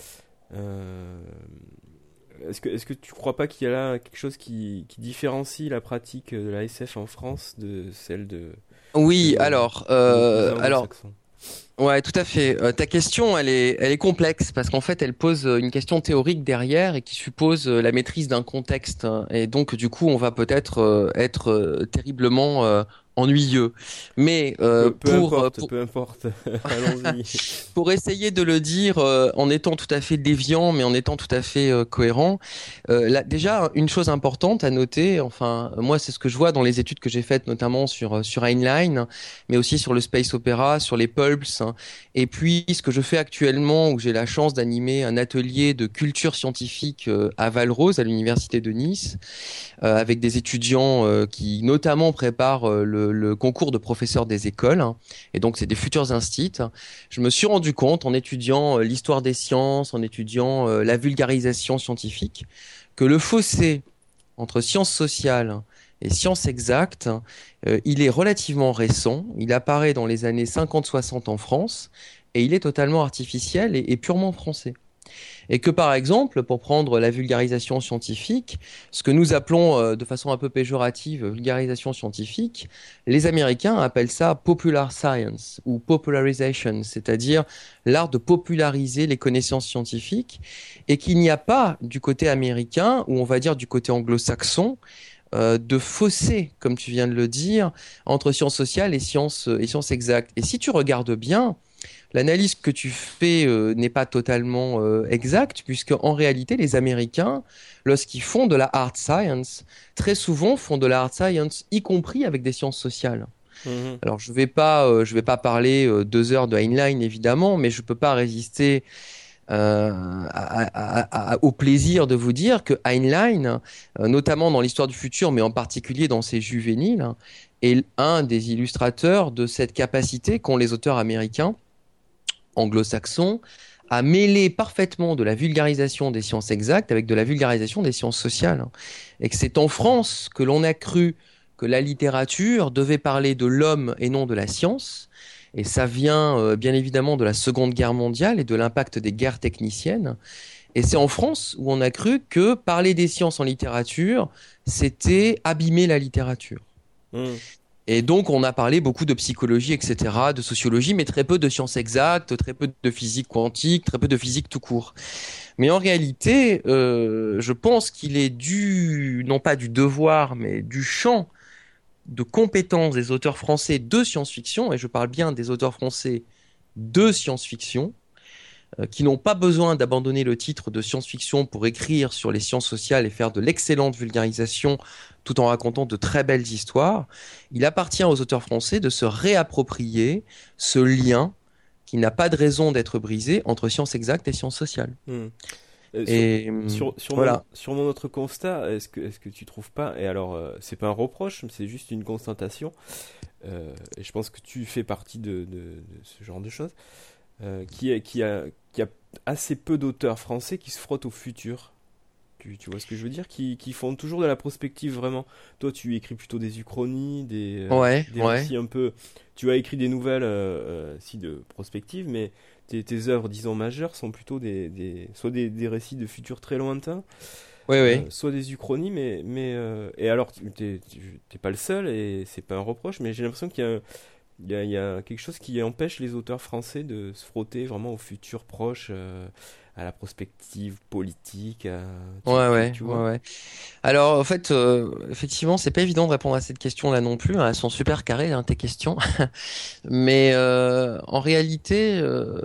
Est-ce que tu crois pas qu'il y a là quelque chose qui différencie la pratique de la SF en France de celle Oui, de alors, ouais, tout à fait. Ta question, elle est complexe parce qu'en fait, elle pose une question théorique derrière et qui suppose la maîtrise d'un contexte. Et donc, du coup, on va peut-être être terriblement ennuyeux. Mais peu importe. Allons-y. pour essayer de le dire en étant tout à fait déviant, mais en étant tout à fait cohérent, déjà, une chose importante à noter, enfin, moi, c'est ce que je vois dans les études que j'ai faites, notamment sur Heinlein, mais aussi sur le space opéra, sur les pulps, hein, et puis ce que je fais actuellement, où j'ai la chance d'animer un atelier de culture scientifique à Valrose, à l'université de Nice, avec des étudiants qui notamment préparent le concours de professeurs des écoles, hein, et donc c'est des futurs instits. Je me suis rendu compte en étudiant l'histoire des sciences, en étudiant la vulgarisation scientifique, que le fossé entre sciences sociales et sciences exactes, il est relativement récent. Il apparaît dans les années 50-60 en France et il est totalement artificiel et purement français. Et que par exemple, pour prendre la vulgarisation scientifique, ce que nous appelons de façon un peu péjorative vulgarisation scientifique, les Américains appellent ça popular science ou popularization, c'est-à-dire l'art de populariser les connaissances scientifiques, et qu'il n'y a pas du côté américain, ou on va dire du côté anglo-saxon, de fossé, comme tu viens de le dire, entre sciences sociales et sciences exactes. Et si tu regardes bien, l'analyse que tu fais n'est pas totalement exacte, puisque en réalité, les Américains, lorsqu'ils font de la hard science, très souvent font de la hard science, y compris avec des sciences sociales. Alors, je vais pas parler 2 heures de Heinlein, évidemment, mais je peux pas résister au plaisir de vous dire que Heinlein, notamment dans l'histoire du futur, mais en particulier dans ses juvéniles, est un des illustrateurs de cette capacité qu'ont les auteurs américains anglo-saxons à mêler parfaitement de la vulgarisation des sciences exactes avec de la vulgarisation des sciences sociales. Et que c'est en France que l'on a cru que la littérature devait parler de l'homme et non de la science. Et ça vient bien évidemment de la Seconde Guerre mondiale et de l'impact des guerres techniciennes. Et c'est en France où on a cru que parler des sciences en littérature, c'était abîmer la littérature. Et donc, on a parlé beaucoup de psychologie, etc., de sociologie, mais très peu de sciences exactes, très peu de physique quantique, très peu de physique tout court. Mais en réalité, je pense qu'il est non pas du devoir, mais du champ de compétences des auteurs français de science-fiction, et je parle bien des auteurs français de science-fiction, qui n'ont pas besoin d'abandonner le titre de science-fiction pour écrire sur les sciences sociales et faire de l'excellente vulgarisation tout en racontant de très belles histoires. Il appartient aux auteurs français de se réapproprier ce lien qui n'a pas de raison d'être brisé entre sciences exactes et sciences sociales. Sur mon autre constat, est-ce que tu trouves pas, et alors c'est pas un reproche, c'est juste une constatation, et je pense que tu fais partie de ce genre de choses, qu'il y a assez peu d'auteurs français qui se frottent au futur. Tu vois ce que je veux dire, qui font toujours de la prospective vraiment. Toi, tu écris plutôt des uchronies, des récits un peu. Tu as écrit des nouvelles de prospective, mais tes œuvres, disons, majeures sont plutôt soit des récits de futurs très lointains, Oui, oui. soit des uchronies, et alors t'es pas le seul et c'est pas un reproche, mais j'ai l'impression qu'il y a quelque chose qui empêche les auteurs français de se frotter vraiment au futur proche, à la prospective politique, tu vois. Ouais. Alors, en fait, effectivement, c'est pas évident de répondre à cette question-là non plus, hein. Elles sont super carrées, hein, tes questions. Mais en réalité,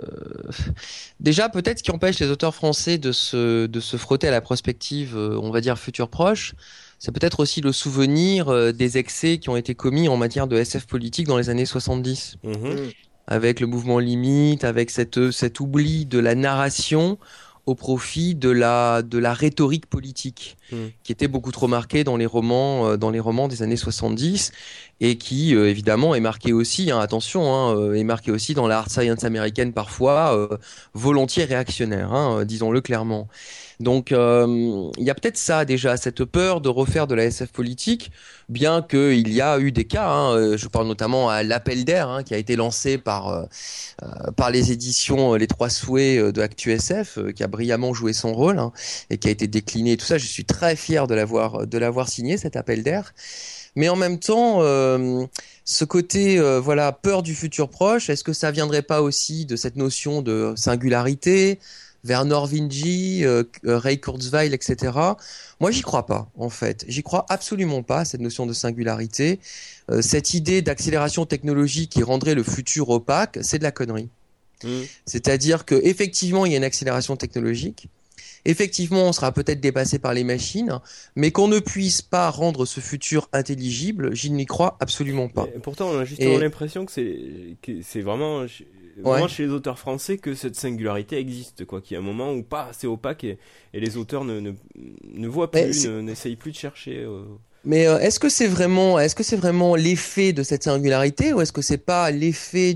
déjà, peut-être ce qui empêche les auteurs français de se frotter à la prospective, on va dire futur proche, c'est peut-être aussi le souvenir des excès qui ont été commis en matière de SF politique dans les années 70, Mhm. avec le mouvement Limite, avec cet oubli de la narration au profit de la rhétorique politique, Mhm. qui était beaucoup trop marquée dans les romans des années 70, et qui, évidemment, est marquée aussi, hein, attention, hein, est marquée aussi dans la hard science américaine parfois, volontiers réactionnaire, hein, disons-le clairement. Donc, il y a peut-être ça déjà, cette peur de refaire de la SF politique, bien qu'il y a eu des cas, hein, je parle notamment à l'Appel d'air, hein, qui a été lancé par les éditions Les Trois Souhaits de ActuSF, qui a brillamment joué son rôle, hein, et qui a été décliné et tout ça. Je suis très fier de l'avoir signé, cet Appel d'air. Mais en même temps, ce côté voilà, peur du futur proche, est-ce que ça viendrait pas aussi de cette notion de singularité, Vernor Vinci, Ray Kurzweil, etc. Moi, j'y crois pas, en fait. J'y crois absolument pas, cette notion de singularité. Cette idée d'accélération technologique qui rendrait le futur opaque, c'est de la connerie. Mhm. C'est-à-dire que effectivement, il y a une accélération technologique. Effectivement, on sera peut-être dépassé par les machines, mais qu'on ne puisse pas rendre ce futur intelligible, j'y n'y crois absolument pas. Mais pourtant, on a justement Et l'impression que c'est vraiment, ouais. vraiment chez les auteurs français que cette singularité existe, quoi. Qu'il y a un moment où pas assez opaque et les auteurs ne voient Mais plus, n'essayent plus de chercher. Mais est-ce que c'est vraiment l'effet de cette singularité ou est-ce que c'est pas l'effet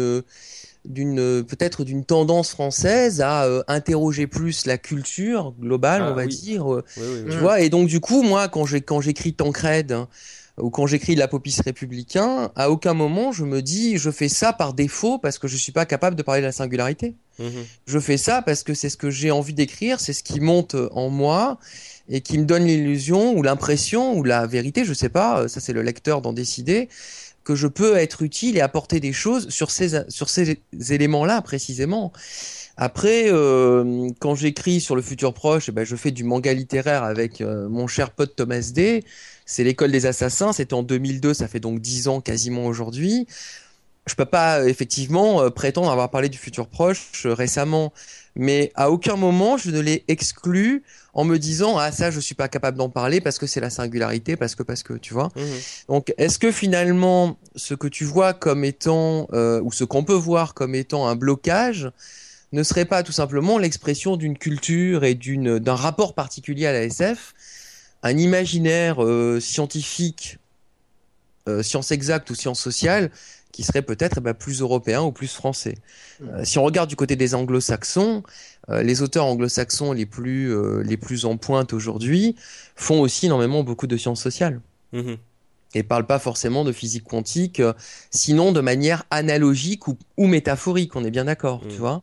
peut-être d'une tendance française à interroger plus la culture globale, on Ah va oui, dire, oui. tu Mm. vois. Et donc du coup, moi, quand j'écris Tancred, hein, ou quand j'écris l'Apocryphe républicain, à aucun moment je me dis je fais ça par défaut parce que je suis pas capable de parler de la singularité. Mhm. Je fais ça parce que c'est ce que j'ai envie d'écrire, c'est ce qui monte en moi et qui me donne l'illusion ou l'impression ou la vérité, je sais pas, ça c'est le lecteur d'en décider, que je peux être utile et apporter des choses sur ces éléments-là précisément. Après, quand j'écris sur le futur proche, eh ben, je fais du manga littéraire avec mon cher pote Thomas D. C'est l'école des assassins, c'était en 2002, ça fait donc 10 ans quasiment aujourd'hui. Je peux pas effectivement prétendre avoir parlé du futur proche récemment, mais à aucun moment je ne l'ai exclu en me disant ah ça je suis pas capable d'en parler parce que c'est la singularité parce que tu vois. Mhm. Donc est-ce que finalement ce que tu vois comme étant ou ce qu'on peut voir comme étant un blocage ne serait pas tout simplement l'expression d'une culture et d'un rapport particulier à la SF, un imaginaire scientifique, science exacte ou science sociale qui serait peut-être plus européen ou plus français. Si on regarde du côté des anglo-saxons, les auteurs anglo-saxons les plus en pointe aujourd'hui font aussi énormément beaucoup de sciences sociales Mhm. et parlent pas forcément de physique quantique, sinon de manière analogique ou métaphorique, on est bien d'accord, tu Mhm. vois.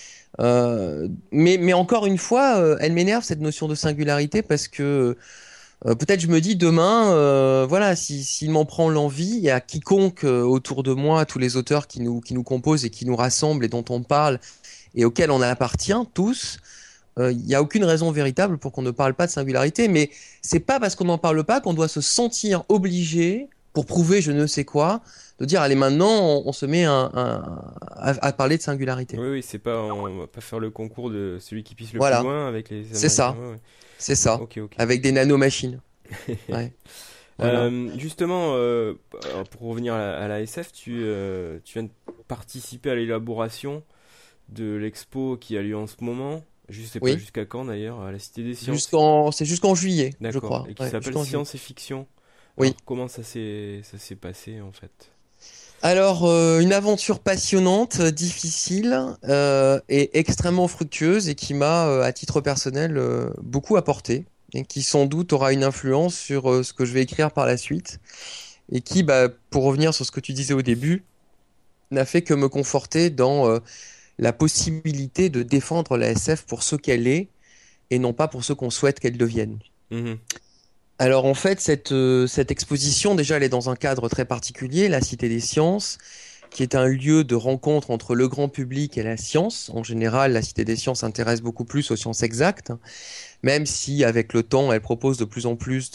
Mais encore une fois, elle m'énerve cette notion de singularité parce que peut-être je me dis demain, voilà, s'il m'en prend l'envie, il y a quiconque autour de moi, tous les auteurs qui nous composent et qui nous rassemblent et dont on parle et auxquels on appartient tous, il n'y a aucune raison véritable pour qu'on ne parle pas de singularité. Mais c'est pas parce qu'on n'en parle pas qu'on doit se sentir obligé pour prouver je ne sais quoi, de dire allez maintenant on se met à parler de singularité. Oui, c'est pas, on va pas faire le concours de celui qui pisse le plus Voilà, loin avec les c'est Américains. ça, Ouais, ouais. c'est ça, Ok. avec des nanomachines. Ouais, voilà. Justement, pour revenir à la SF, tu viens de participer à l'élaboration de l'expo qui a lieu en ce moment. Je sais pas Oui. jusqu'à quand d'ailleurs, à la Cité des Sciences. C'est jusqu'en juillet, je D'accord. crois. Et qui Ouais, s'appelle jusqu'en juillet. Science et Fiction. Oui. Alors, comment ça s'est passé en fait? Alors, une aventure passionnante, difficile et extrêmement fructueuse et qui m'a, à titre personnel, beaucoup apporté et qui sans doute aura une influence sur ce que je vais écrire par la suite et qui, bah, pour revenir sur ce que tu disais au début, n'a fait que me conforter dans la possibilité de défendre la SF pour ce qu'elle est et non pas pour ceux qu'on souhaite qu'elle devienne. Mhm. Alors en fait, cette exposition, déjà, elle est dans un cadre très particulier, la Cité des Sciences, qui est un lieu de rencontre entre le grand public et la science. En général, la Cité des Sciences s'intéresse beaucoup plus aux sciences exactes, même si avec le temps, elle propose de plus en plus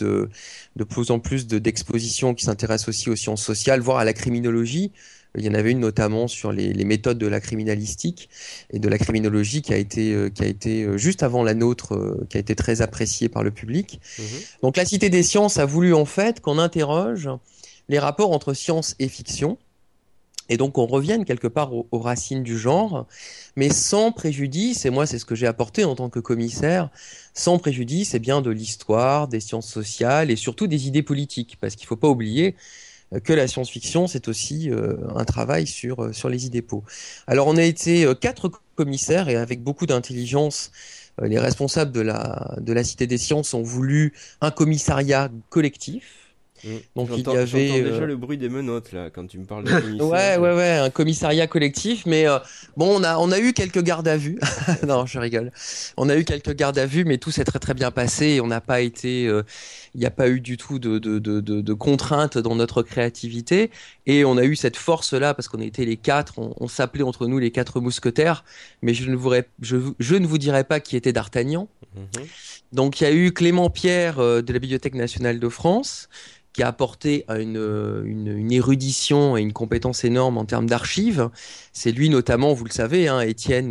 d'expositions qui s'intéressent aussi aux sciences sociales, voire à la criminologie. Il y en avait une notamment sur les méthodes de la criminalistique et de la criminologie qui a été juste avant la nôtre, qui a été très appréciée par le public. Mhm. Donc la Cité des Sciences a voulu en fait qu'on interroge les rapports entre science et fiction. Et donc on revienne quelque part aux racines du genre, mais sans préjudice, et moi c'est ce que j'ai apporté en tant que commissaire, sans préjudice de l'histoire, des sciences sociales et surtout des idées politiques, parce qu'il ne faut pas oublier que la science-fiction c'est aussi un travail sur les idées-po. Alors on a été 4 commissaires et avec beaucoup d'intelligence, les responsables de la Cité des Sciences ont voulu un commissariat collectif. Donc il y avait j'entends déjà le bruit des menottes là quand tu me parles de commissaire. ouais, un commissariat collectif, mais bon, on a eu quelques gardes à vue. Non, je rigole. On a eu quelques gardes à vue, mais tout s'est très très bien passé. Et on n'a pas été, il n'y a pas eu du tout de contraintes dans notre créativité. Et on a eu cette force là parce qu'on était les 4. On s'appelait entre nous les 4 mousquetaires, mais je ne vous dirai pas qui était D'Artagnan. Mhm. Donc il y a eu Clément Pierre de la Bibliothèque nationale de France, qui a apporté une érudition et une compétence énorme en termes d'archives. C'est lui notamment, vous le savez, Étienne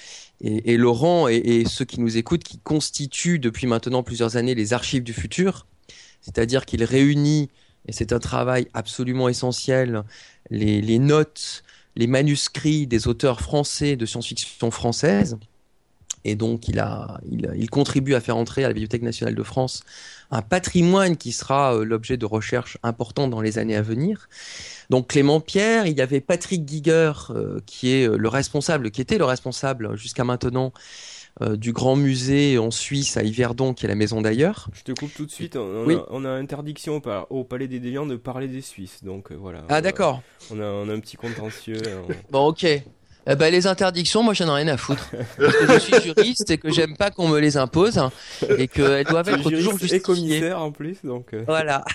et Laurent et ceux qui nous écoutent, qui constituent depuis maintenant plusieurs années les archives du futur. C'est-à-dire qu'il réunit, et c'est un travail absolument essentiel, les notes, les manuscrits des auteurs français de science-fiction française. Et donc, il contribue à faire entrer à la Bibliothèque nationale de France un patrimoine qui sera l'objet de recherches importantes dans les années à venir. Donc, Clément Pierre, il y avait Patrick Giger, qui était le responsable jusqu'à maintenant du grand musée en Suisse à Yverdon, qui est la maison d'ailleurs. Je te coupe tout de suite. Oui. On a interdiction au Palais des Déliants de parler des Suisses. Donc voilà. Ah, d'accord. On a un petit contentieux. Bon, ok. Les interdictions, moi j'en ai rien à foutre. Parce que je suis juriste et que j'aime pas qu'on me les impose et qu'elles doivent être toujours justifiées. Et commissaire en plus, donc. Voilà.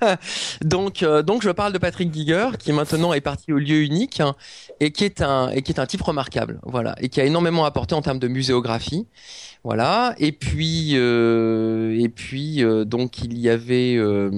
donc je parle de Patrick Giger qui maintenant est parti au lieu unique et qui est un type remarquable. Voilà. Et qui a énormément apporté en termes de muséographie. Voilà. Et puis donc il y avait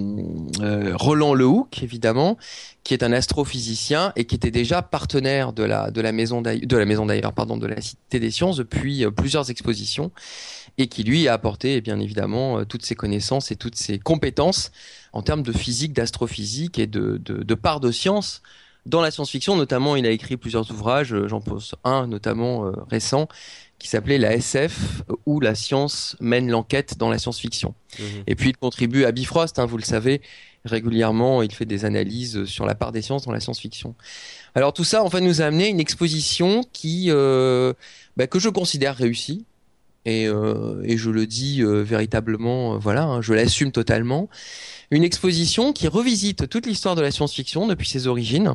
Roland Lehoucq évidemment, qui est un astrophysicien et qui était déjà partenaire de la maison d'ailleurs, de la Cité des Sciences depuis plusieurs expositions et qui lui a apporté bien évidemment toutes ses connaissances et toutes ses compétences en termes de physique, d'astrophysique et de part de science dans la science-fiction. Notamment, il a écrit plusieurs ouvrages, j'en pose un notamment récent, qui s'appelait La SF, où la science mène l'enquête dans la science-fiction. Mmh. Et puis il contribue à Bifrost, vous le savez, régulièrement, il fait des analyses sur la part des sciences dans la science-fiction. Alors tout ça, en fait, nous a amené une exposition qui, que je considère réussie, et je le dis véritablement, je l'assume totalement. Une exposition qui revisite toute l'histoire de la science-fiction depuis ses origines.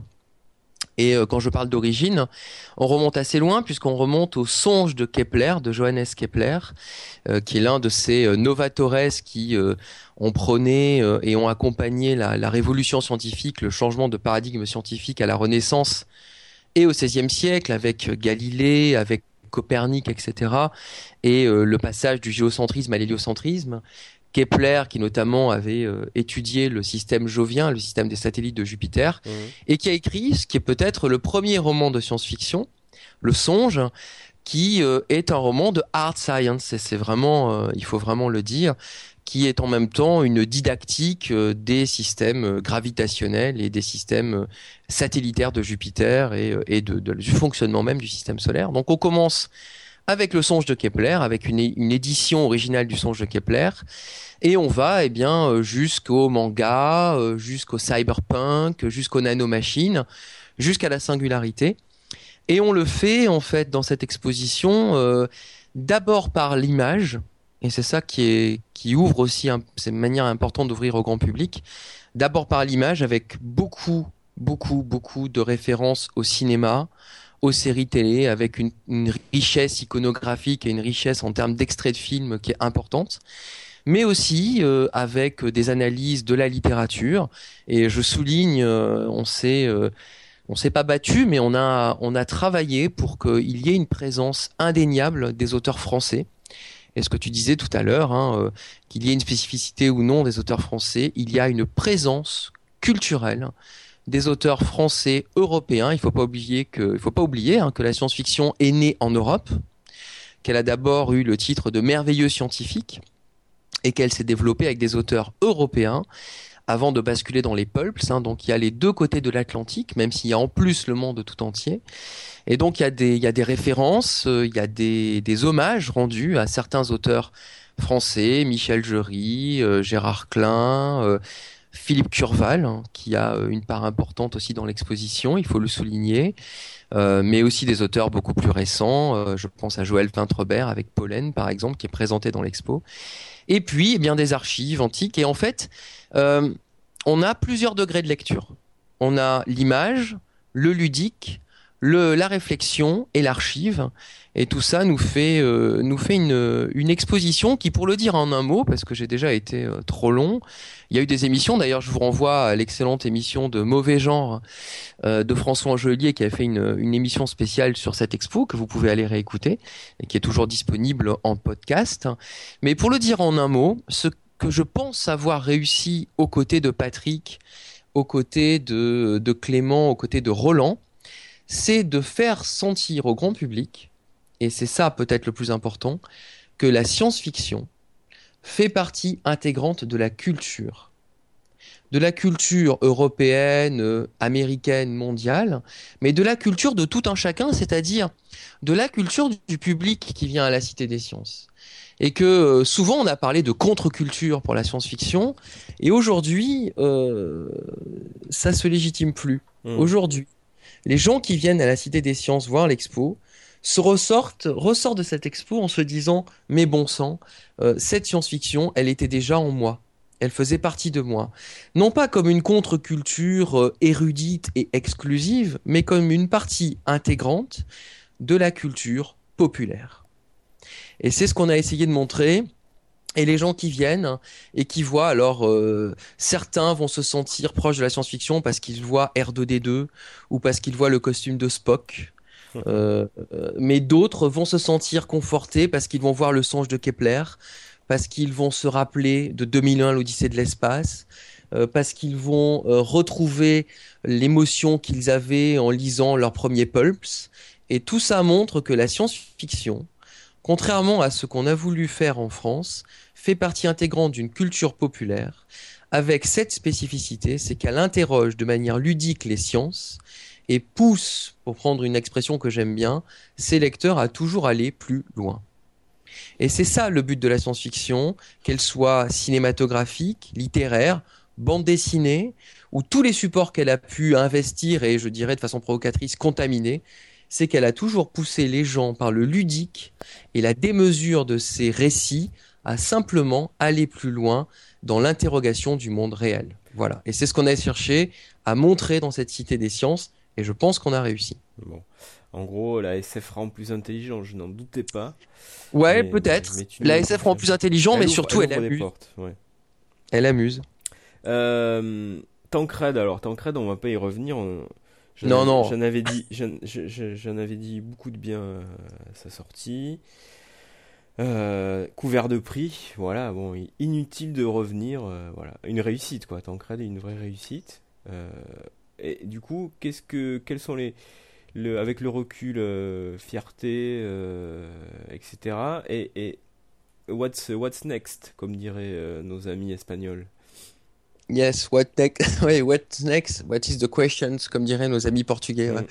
Et quand je parle d'origine, on remonte assez loin puisqu'on remonte au songe de Kepler, de Johannes Kepler, qui est l'un de ces novatores qui ont prôné et ont accompagné la révolution scientifique, le changement de paradigme scientifique à la Renaissance et au XVIe siècle avec Galilée, avec Copernic, etc. Et le passage du géocentrisme à l'héliocentrisme. Kepler, qui notamment avait étudié le système jovien, le système des satellites de Jupiter, et qui a écrit ce qui est peut-être le premier roman de science-fiction, Le Songe, qui est un roman de hard science, et c'est vraiment, il faut vraiment le dire, qui est en même temps une didactique des systèmes gravitationnels et des systèmes satellitaires de Jupiter et du fonctionnement même du système solaire. Donc on commence avec le songe de Kepler, avec une édition originale du songe de Kepler, et on va jusqu'au manga, jusqu'au cyberpunk, jusqu'aux nanomachines, jusqu'à la singularité. Et on le fait en fait dans cette exposition d'abord par l'image, et c'est ça qui ouvre aussi, c'est une manière importante d'ouvrir au grand public, d'abord par l'image avec beaucoup de références au cinéma, aux séries télé, avec une richesse iconographique et une richesse en termes d'extraits de films qui est importante, mais aussi avec des analyses de la littérature. Et je souligne, on s'est pas battu, mais on a travaillé pour qu'il y ait une présence indéniable des auteurs français. Et ce que tu disais tout à l'heure, qu'il y ait une spécificité ou non des auteurs français, il y a une présence culturelle des auteurs français européens. Il faut pas oublier que la science-fiction est née en Europe, qu'elle a d'abord eu le titre de merveilleux scientifique et qu'elle s'est développée avec des auteurs européens avant de basculer dans les pulps. Donc il y a les deux côtés de l'Atlantique, même s'il y a en plus le monde tout entier. Et donc il y a des références, il y a des hommages rendus à certains auteurs français, Michel Jury, Gérard Klein, Philippe Curval, qui a une part importante aussi dans l'exposition, il faut le souligner, mais aussi des auteurs beaucoup plus récents. Je pense à Joël Vintrebert avec Pollen, par exemple, qui est présenté dans l'expo. Et puis, eh bien, des archives antiques. Et en fait, on a plusieurs degrés de lecture. On a l'image, le ludique, la réflexion et l'archive. Et tout ça nous fait une exposition qui, pour le dire en un mot, parce que j'ai déjà été trop long, il y a eu des émissions, d'ailleurs je vous renvoie à l'excellente émission de Mauvais Genre de François Angelier qui a fait une émission spéciale sur cette expo que vous pouvez aller réécouter et qui est toujours disponible en podcast. Mais pour le dire en un mot, ce que je pense avoir réussi aux côtés de Patrick, aux côtés de Clément, aux côtés de Roland, c'est de faire sentir au grand public, et c'est ça peut-être le plus important, que la science-fiction fait partie intégrante de la culture européenne, américaine, mondiale, mais de la culture de tout un chacun, c'est-à-dire de la culture du public qui vient à la Cité des Sciences. Et que souvent on a parlé de contre-culture pour la science-fiction, et aujourd'hui, ça se légitime plus. Aujourd'hui, les gens qui viennent à la Cité des Sciences voir l'expo ressortent de cette expo en se disant « Mais bon sang, cette science-fiction, elle était déjà en moi. Elle faisait partie de moi. » Non pas comme une contre-culture érudite et exclusive, mais comme une partie intégrante de la culture populaire. Et c'est ce qu'on a essayé de montrer. Et les gens qui viennent et qui voient, alors certains vont se sentir proches de la science-fiction parce qu'ils voient R2D2 ou parce qu'ils voient le costume de Spock. Mais d'autres vont se sentir confortés parce qu'ils vont voir le songe de Kepler, parce qu'ils vont se rappeler de 2001, l'Odyssée de l'espace, parce qu'ils vont retrouver l'émotion qu'ils avaient en lisant leur premier pulps. Et tout ça montre que la science-fiction, contrairement à ce qu'on a voulu faire en France, fait partie intégrante d'une culture populaire, avec cette spécificité, c'est qu'elle interroge de manière ludique les sciences et pousse, pour prendre une expression que j'aime bien, ses lecteurs à toujours aller plus loin. Et c'est ça le but de la science-fiction, qu'elle soit cinématographique, littéraire, bande dessinée, ou tous les supports qu'elle a pu investir et, je dirais de façon provocatrice, contaminer, c'est qu'elle a toujours poussé les gens par le ludique et la démesure de ses récits à simplement aller plus loin dans l'interrogation du monde réel. Voilà. Et c'est ce qu'on a cherché à montrer dans cette Cité des Sciences, et je pense qu'on a réussi. Bon. En gros, la SF rend plus intelligent, je n'en doutais pas. Ouais, peut-être. La SF rend plus intelligent, mais surtout elle amuse. Ouais. Elle amuse. Tancred, on va pas y revenir. Non. J'en avais dit beaucoup de bien à sa sortie. Couvert de prix, voilà, bon, inutile de revenir, voilà, une réussite quoi, Tancred est une vraie réussite. Et du coup, quels sont avec le recul, fierté, etc. Et what's next, comme diraient nos amis espagnols. Yes, what next? What is the questions, comme diraient nos amis portugais. Ouais.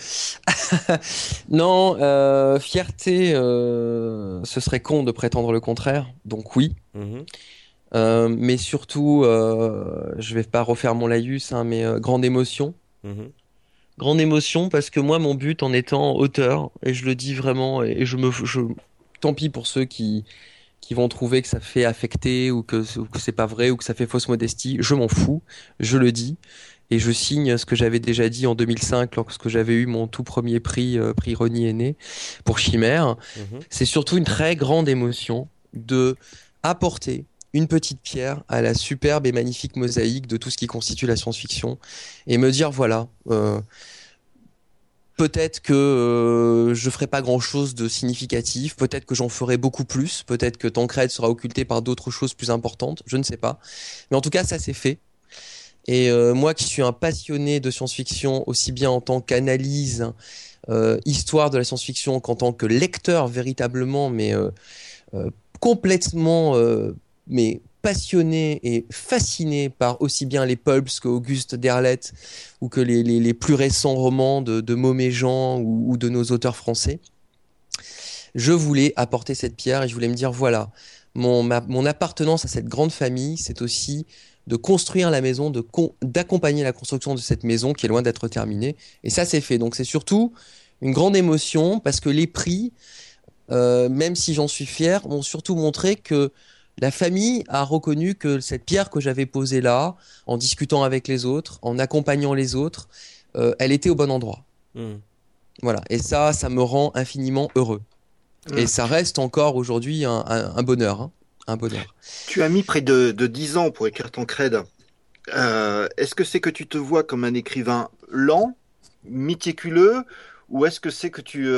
Non, fierté, ce serait con de prétendre le contraire, donc oui. Mais surtout, je vais pas refaire mon laïus, mais grande émotion. Grande émotion parce que moi, mon but en étant auteur, et je le dis vraiment, et tant pis pour ceux qui vont trouver que ça fait affecter ou que c'est pas vrai ou que ça fait fausse modestie, je m'en fous, je le dis. et je signe ce que j'avais déjà dit en 2005 lorsque j'avais eu mon tout premier prix Rony Aîné pour Chimère. Mhm. C'est surtout une très grande émotion de apporter une petite pierre à la superbe et magnifique mosaïque de tout ce qui constitue la science-fiction et me dire voilà, peut-être que je ferai pas grand-chose de significatif, peut-être que j'en ferai beaucoup plus, peut-être que Tancred sera occulté par d'autres choses plus importantes, je ne sais pas. Mais en tout cas, ça c'est fait. Et moi qui suis un passionné de science-fiction, aussi bien en tant qu'analyse, histoire de la science-fiction qu'en tant que lecteur véritablement, mais complètement mais passionné et fasciné par aussi bien les pulps qu'Auguste Derleth ou que les plus récents romans de Mauméjean ou de nos auteurs français. Je voulais apporter cette pierre et je voulais me dire voilà, mon appartenance à cette grande famille, c'est aussi de construire la maison, d'accompagner la construction de cette maison qui est loin d'être terminée. Et ça, c'est fait. Donc c'est surtout une grande émotion parce que les prix, même si j'en suis fier, m'ont surtout montré que la famille a reconnu que cette pierre que j'avais posée là, en discutant avec les autres, en accompagnant les autres, elle était au bon endroit. Mmh. Voilà. Et ça me rend infiniment heureux. Et ça reste encore aujourd'hui un bonheur. Hein. Un bonheur. Tu as mis près de 10 ans pour écrire Tancred. Est-ce que c'est que tu te vois comme un écrivain lent, méticuleux, ou est-ce que c'est que tu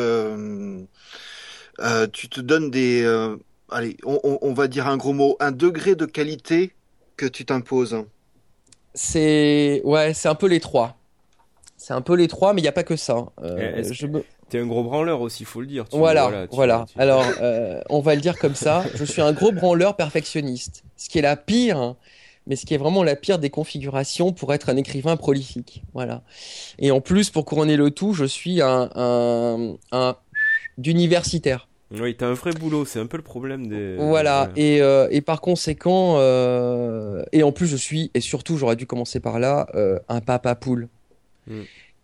te donnes allez, on va dire un gros mot, un degré de qualité que tu t'imposes? C'est un peu les trois. C'est un peu les trois, mais il n'y a pas que ça. T'es un gros branleur aussi, faut le dire. Voilà. Alors, on va le dire comme ça. Je suis un gros branleur perfectionniste. Ce qui est la pire, mais ce qui est vraiment la pire des configurations pour être un écrivain prolifique. Voilà. Et en plus, pour couronner le tout, je suis un d'universitaire. Oui, t'as un vrai boulot, c'est un peu le problème des... Voilà, et par conséquent, et en plus je suis, et surtout j'aurais dû commencer par là, un papa poule. Mm.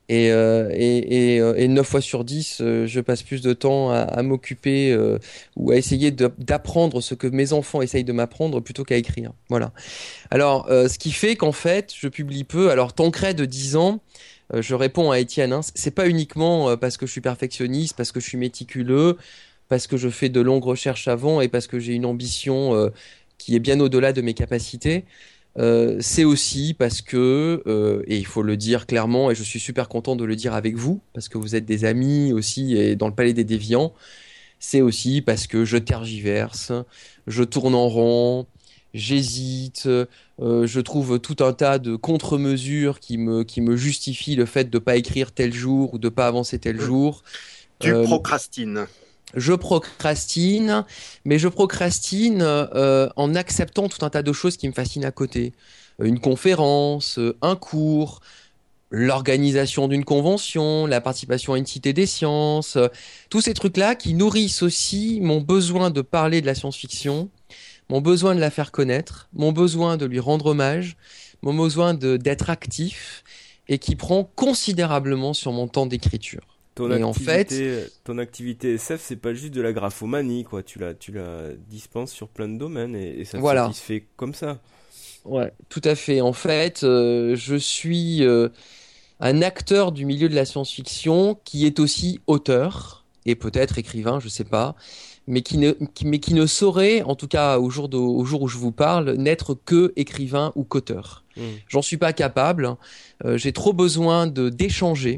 Et 9 fois sur 10, je passe plus de temps à m'occuper ou à essayer d'apprendre ce que mes enfants essayent de m'apprendre plutôt qu'à écrire. Voilà. Alors, ce qui fait qu'en fait, je publie peu. Alors, Tancred de 10 ans, je réponds à Étienne, hein, c'est pas uniquement parce que je suis perfectionniste, parce que je suis méticuleux, parce que je fais de longues recherches avant et parce que j'ai une ambition qui est bien au-delà de mes capacités. C'est aussi parce que, et il faut le dire clairement, et je suis super content de le dire avec vous, parce que vous êtes des amis aussi et dans le Palais des Déviants, c'est aussi parce que je tergiverse, je tourne en rond, j'hésite, je trouve tout un tas de contre-mesures qui me justifient le fait de pas écrire tel jour ou de pas avancer tel jour. Tu procrastines. Je procrastine, mais je procrastine en acceptant tout un tas de choses qui me fascinent à côté. Une conférence, un cours, l'organisation d'une convention, la participation à une cité des sciences, tous ces trucs-là qui nourrissent aussi mon besoin de parler de la science-fiction, mon besoin de la faire connaître, mon besoin de lui rendre hommage, mon besoin d'être actif et qui prend considérablement sur mon temps d'écriture. Ton activité SF, c'est pas juste de la graphomanie, quoi. Tu la dispenses sur plein de domaines et ça te satisfait comme ça. Ouais, tout à fait. En fait, je suis un acteur du milieu de la science-fiction qui est aussi auteur et peut-être écrivain, je sais pas, mais qui ne saurait, en tout cas au jour où je vous parle, n'être que écrivain ou qu'auteur. J'en suis pas capable. J'ai trop besoin d'échanger.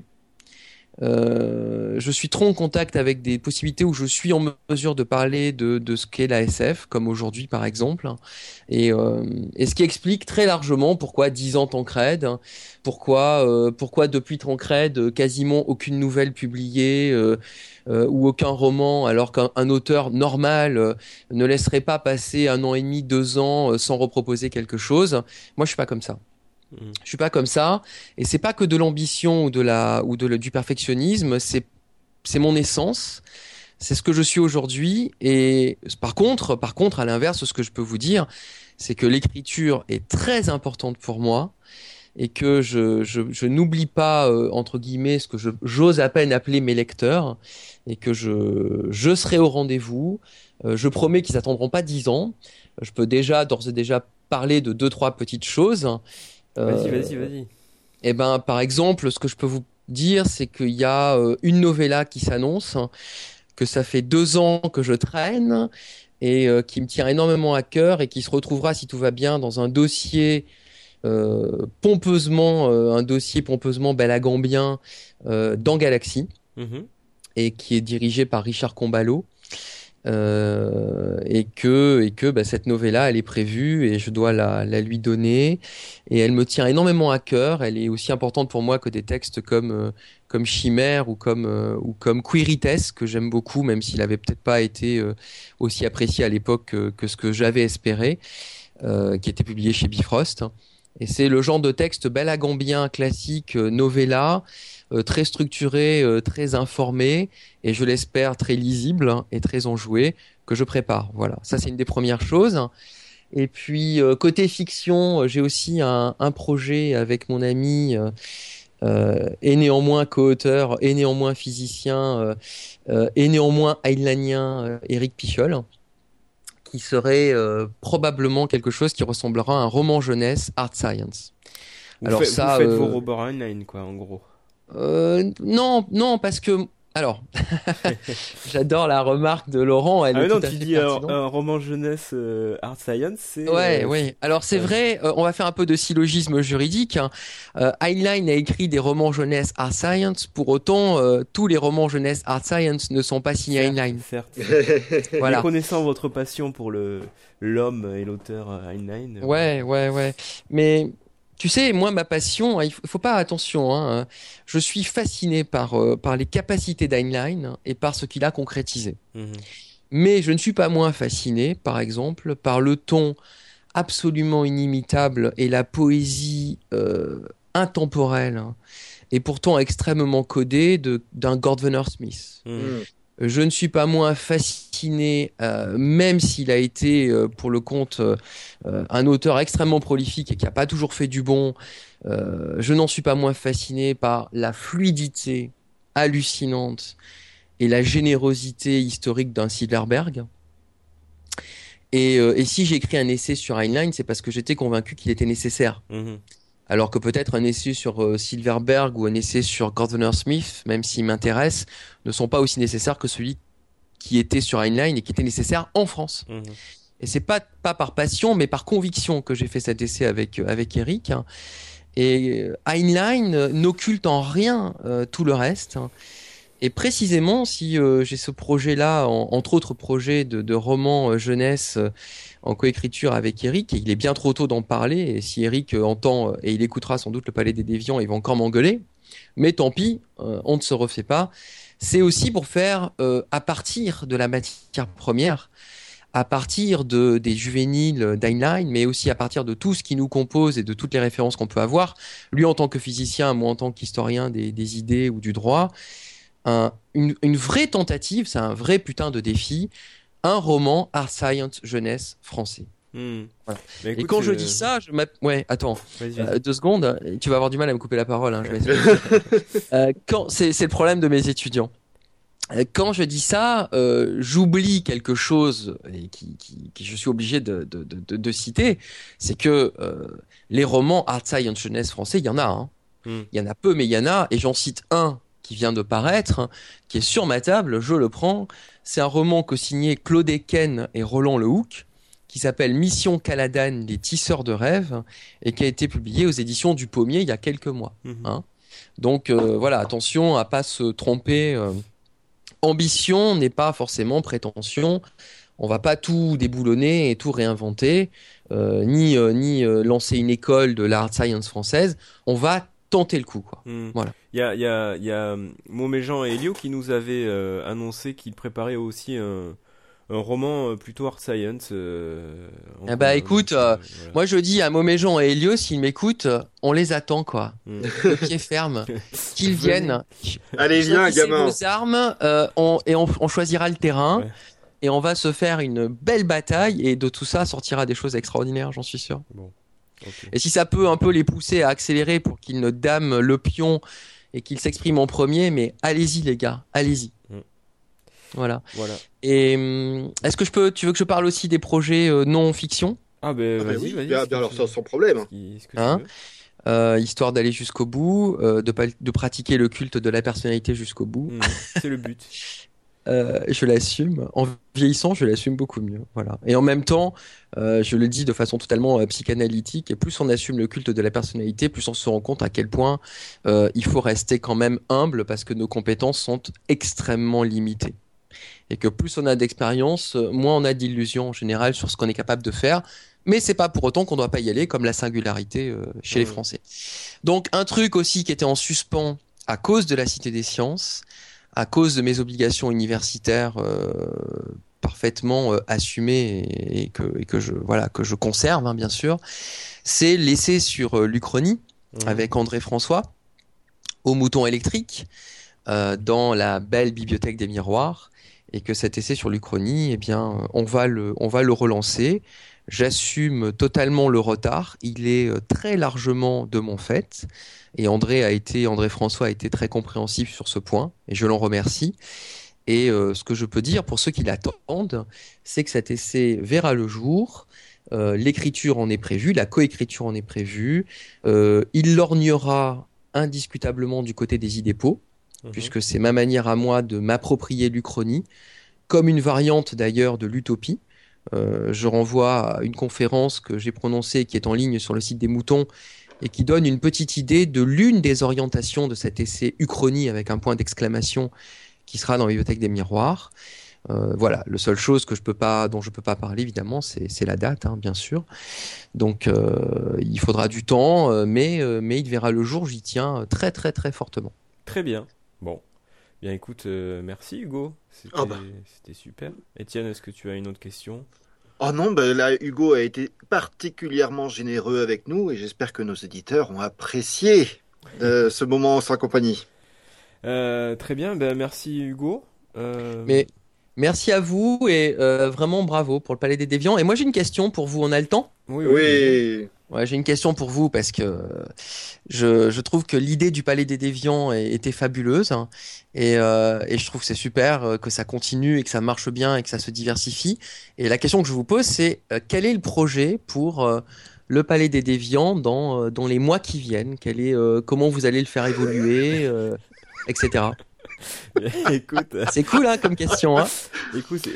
Je suis trop en contact avec des possibilités où je suis en mesure de parler de ce qu'est la SF, comme aujourd'hui par exemple, et ce qui explique très largement pourquoi 10 ans Tancred, pourquoi depuis Tancred quasiment aucune nouvelle publiée ou aucun roman, alors qu'un auteur normal ne laisserait pas passer 1 an et demi, 2 ans sans reproposer quelque chose. Moi je suis pas comme ça. Je suis pas comme ça, et c'est pas que de l'ambition du perfectionnisme, c'est mon essence, c'est ce que je suis aujourd'hui. Et par contre, à l'inverse, ce que je peux vous dire, c'est que l'écriture est très importante pour moi et que je n'oublie pas entre guillemets ce que j'ose à peine appeler mes lecteurs, et que je serai au rendez-vous. Je promets qu'ils attendront pas 10 ans. Je peux d'ores et déjà parler de 2-3 petites choses. Vas-y. Eh ben, par exemple, ce que je peux vous dire, c'est qu'il y a une novella qui s'annonce, que ça fait 2 ans que je traîne et qui me tient énormément à cœur et qui se retrouvera, si tout va bien, dans un dossier un dossier pompeusement belagambien dans Galaxy Mhm. et qui est dirigé par Richard Combalot. Et que bah, cette novella elle est prévue et je dois la lui donner et elle me tient énormément à cœur. Elle est aussi importante pour moi que des textes comme Chimère ou comme Quirites que j'aime beaucoup, même s'il avait peut-être pas été aussi apprécié à l'époque que ce que j'avais espéré, qui était publié chez Bifrost. Et c'est le genre de texte belagambien classique, novella, très structuré, très informé, et je l'espère très lisible et très enjoué, que je prépare. Voilà, ça c'est une des premières choses. Et puis côté fiction, j'ai aussi un projet avec mon ami et néanmoins co-auteur, et néanmoins physicien, et néanmoins heinleinien, Éric Pichol, qui serait probablement quelque chose qui ressemblera à un roman jeunesse art science. Vous faites vos Robert Heinlein, quoi, en gros. Non, non, parce que alors, j'adore la remarque de Laurent. Elle est non, tout à tu fait dis pertinente. un roman jeunesse art science, c'est. Ouais, oui. Alors c'est vrai, on va faire un peu de syllogisme juridique. Hein. Heinlein a écrit des romans jeunesse art science. Pour autant, tous les romans jeunesse art science ne sont pas signés Heinlein. Certes. Voilà. Mais connaissant votre passion pour l'homme et l'auteur Heinlein. Ouais. Mais tu sais, moi, ma passion, il faut pas attention. Hein, je suis fasciné par les capacités d'Heinlein et par ce qu'il a concrétisé. Mhm. Mais je ne suis pas moins fasciné, par exemple, par le ton absolument inimitable et la poésie intemporelle et pourtant extrêmement codée d'un Gordon Smith. Mhm. Je ne suis pas moins fasciné, même s'il a été, pour le compte, un auteur extrêmement prolifique et qui n'a pas toujours fait du bon. Je n'en suis pas moins fasciné par la fluidité hallucinante et la générosité historique d'un Silverberg. Et si j'ai écrit un essai sur Heinlein, c'est parce que j'étais convaincu qu'il était nécessaire. Mhm. Alors que peut-être un essai sur Silverberg ou un essai sur Gordon Smith, même s'il m'intéresse, ne sont pas aussi nécessaires que celui qui était sur Heinlein et qui était nécessaire en France. Mhm. Et c'est pas par passion, mais par conviction que j'ai fait cet essai avec Eric. Et Heinlein n'occulte en rien tout le reste. Et précisément, si j'ai ce projet-là, entre autres projets de romans jeunesse en coécriture avec Eric, et il est bien trop tôt d'en parler, et si Eric entend, et il écoutera sans doute le Palais des Déviants, il va encore m'engueuler, mais tant pis, on ne se refait pas. C'est aussi pour faire, à partir de la matière première, à partir des juvéniles d'Heinlein, mais aussi à partir de tout ce qui nous compose et de toutes les références qu'on peut avoir, lui en tant que physicien, moi en tant qu'historien des idées ou du droit, une vraie tentative, c'est un vrai putain de défi, un roman art science jeunesse français. Mhm. Voilà. Mais écoute, Et quand je dis ça, ouais, attends, vas-y. 2 secondes, tu vas avoir du mal à me couper la parole, hein, je vais c'est le problème de mes étudiants. Quand je dis ça, j'oublie quelque chose et qui je suis obligé de citer, c'est que les romans art science jeunesse français, il y en a, hein. Il y en a peu, mais il y en a, et j'en cite un qui vient de paraître, qui est sur ma table, je le prends. C'est un roman co-signé Claude Eken et Roland Lehoucq, qui s'appelle Mission Caladan, les tisseurs de rêves, et qui a été publié aux éditions du Pommier il y a quelques mois. Hein. Donc voilà, attention à pas se tromper. Ambition n'est pas forcément prétention. On va pas tout déboulonner et tout réinventer, ni lancer une école de l'art science française. On va tenter le coup, quoi. Voilà. Il y a Mauméjean et Elio qui nous avaient annoncé qu'ils préparaient aussi un roman plutôt art science. Écoute, voilà. moi je dis à Mauméjean et Elio, s'ils m'écoutent, on les attend, quoi. Le pied ferme. Qu'ils viennent. Allez, viens, gamin. Vos armes, on choisira le terrain. Ouais. Et on va se faire une belle bataille. Et de tout ça sortira des choses extraordinaires, j'en suis sûr. Bon. Okay. Et si ça peut un peu les pousser à accélérer pour qu'ils ne dament le pion et qu'ils s'expriment en premier, mais allez-y les gars, allez-y. Voilà. Et est-ce que tu veux que je parle aussi des projets non fiction ? Ah ben oui, vas-y. bien alors sans problème. Ce que hein tu veux. histoire d'aller jusqu'au bout, de pratiquer le culte de la personnalité jusqu'au bout. C'est le but. Je l'assume. En vieillissant, je l'assume beaucoup mieux. Voilà. Et en même temps, je le dis de façon totalement psychanalytique, et plus on assume le culte de la personnalité, plus on se rend compte à quel point il faut rester quand même humble parce que nos compétences sont extrêmement limitées. Et que plus on a d'expérience, moins on a d'illusions en général sur ce qu'on est capable de faire. Mais c'est pas pour autant qu'on doit pas y aller, comme la singularité chez les Français. Donc un truc aussi qui était en suspens à cause de la Cité des Sciences, à cause de mes obligations universitaires parfaitement assumées et que je conserve, hein, bien sûr, c'est l'essai sur l'Uchronie avec André François au mouton électrique dans la belle bibliothèque des miroirs, et que cet essai sur l'Uchronie, eh bien, on va le relancer. J'assume totalement le retard. Il est très largement de mon fait. Et André François a été très compréhensif sur ce point, et je l'en remercie. Et ce que je peux dire pour ceux qui l'attendent, c'est que cet essai verra le jour. L'écriture en est prévue, la coécriture en est prévue. Il lorgnera indiscutablement du côté des idées-pots, puisque c'est ma manière à moi de m'approprier l'Uchronie, comme une variante d'ailleurs de l'utopie. Je renvoie à une conférence que j'ai prononcée qui est en ligne sur le site des Moutons et qui donne une petite idée de l'une des orientations de cet essai Uchronie avec un point d'exclamation qui sera dans la bibliothèque des miroirs. Voilà, la seule chose dont je peux pas parler évidemment, c'est la date, hein, bien sûr. Donc il faudra du temps, mais il verra le jour. J'y tiens très très très fortement. Très bien. Bon, bien écoute, merci Hugo. C'était super. Étienne, est-ce que tu as une autre question ? Oh non, là, Hugo a été particulièrement généreux avec nous et j'espère que nos éditeurs ont apprécié ce moment en sa compagnie. Très bien, merci Hugo. Mais merci à vous et vraiment bravo pour le Palais des Déviants. Et moi j'ai une question pour vous, on a le temps ? Oui. Ouais, j'ai une question pour vous parce que je trouve que l'idée du Palais des Déviants était fabuleuse, hein, et je trouve que c'est super que ça continue et que ça marche bien et que ça se diversifie. Et la question que je vous pose, c'est quel est le projet pour le Palais des Déviants dans les mois qui viennent ? Comment vous allez le faire évoluer, etc. Écoute, c'est cool hein, comme question. Hein. Écoute,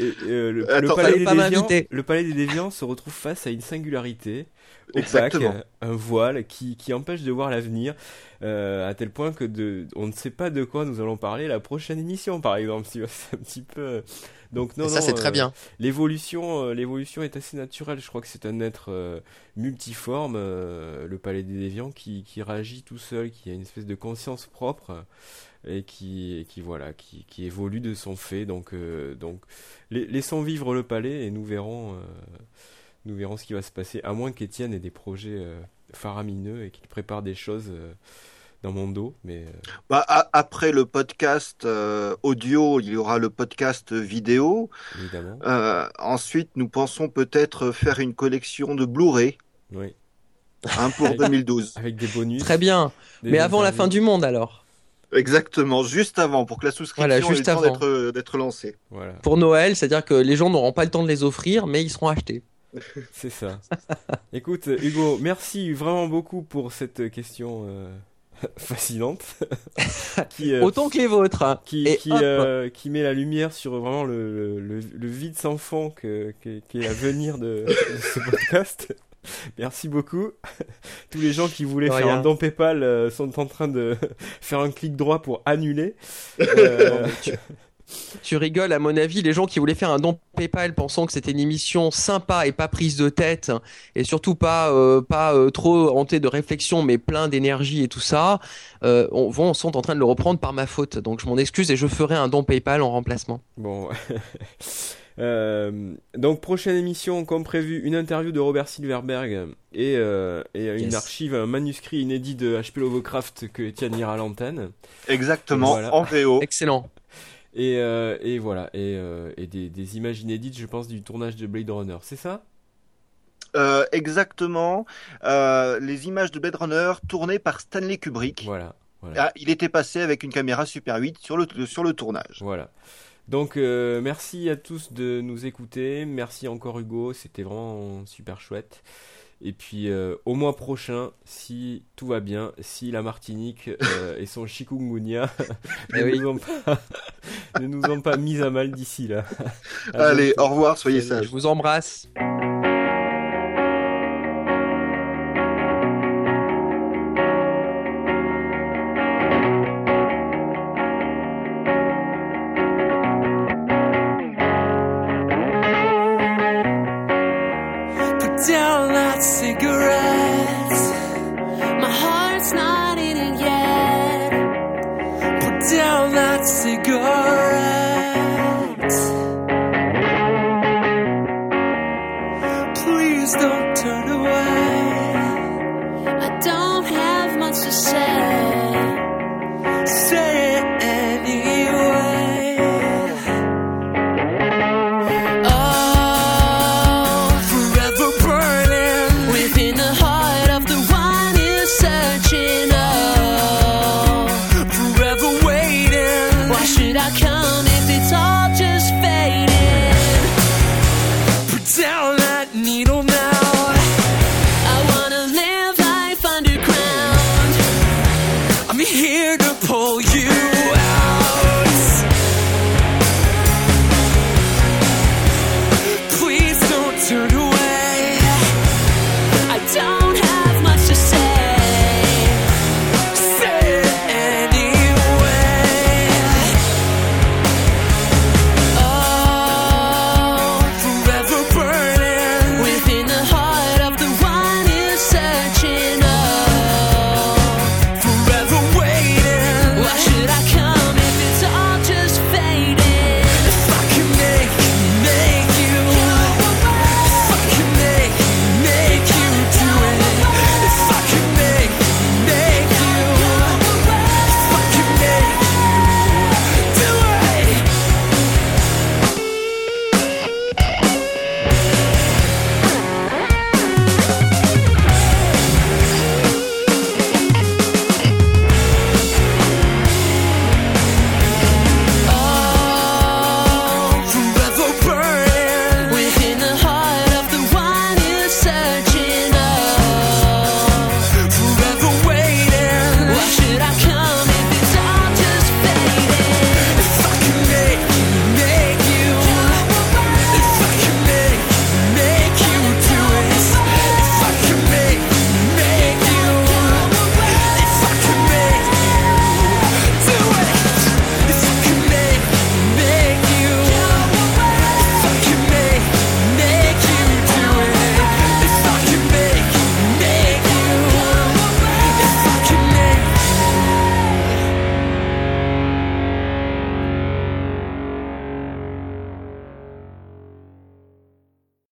le Palais des Déviants se retrouve face à une singularité opaque, un voile qui empêche de voir l'avenir, à tel point que on ne sait pas de quoi nous allons parler la prochaine émission, par exemple. C'est un petit peu. Donc c'est très bien. L'évolution est assez naturelle. Je crois que c'est un être multiforme, le Palais des Déviants, qui réagit tout seul, qui a une espèce de conscience propre. Et qui évolue de son fait. Donc laissons vivre le palais et nous verrons ce qui va se passer, à moins qu'Étienne ait des projets faramineux et qu'il prépare des choses dans mon dos. Mais après le podcast audio, il y aura le podcast vidéo. Évidemment. Ensuite, nous pensons peut-être faire une collection de Blu-ray. Oui. Pour 2012. Avec des bonus. Très bien. Mais avant la fin du monde alors. Exactement, juste avant, pour que la souscription ait le temps d'être lancée. Voilà. Pour Noël, c'est-à-dire que les gens n'auront pas le temps de les offrir, mais ils seront achetés. C'est ça. Écoute, Hugo, merci vraiment beaucoup pour cette question fascinante. Autant que les vôtres. Hein. Qui met la lumière sur vraiment le vide sans fond qu'est l'avenir de ce podcast. Merci beaucoup. Tous les gens qui voulaient faire un don PayPal sont en train de faire un clic droit pour annuler. Tu rigoles, à mon avis, les gens qui voulaient faire un don PayPal pensant que c'était une émission sympa et pas prise de tête, et surtout pas trop hantée de réflexion, mais plein d'énergie et tout ça, sont en train de le reprendre par ma faute. Donc je m'en excuse et je ferai un don PayPal en remplacement. Bon. Donc prochaine émission comme prévu, une interview de Robert Silverberg et une archive, un manuscrit inédit de H.P. Lovecraft que Étienne lira à l'antenne. Exactement, voilà. En VO. Excellent. Et voilà, et des images inédites, je pense, du tournage de Blade Runner, c'est ça ? Exactement, les images de Blade Runner tournées par Stanley Kubrick. Voilà. Il était passé avec une caméra Super 8 sur le tournage. Voilà. Donc merci à tous de nous écouter, merci encore Hugo, c'était vraiment super chouette. Et puis au mois prochain, si tout va bien, si la Martinique et son chikungunya ne nous ont pas mis à mal d'ici là. Allez, au revoir, soyez sages. Je vous embrasse. Down that cigarette.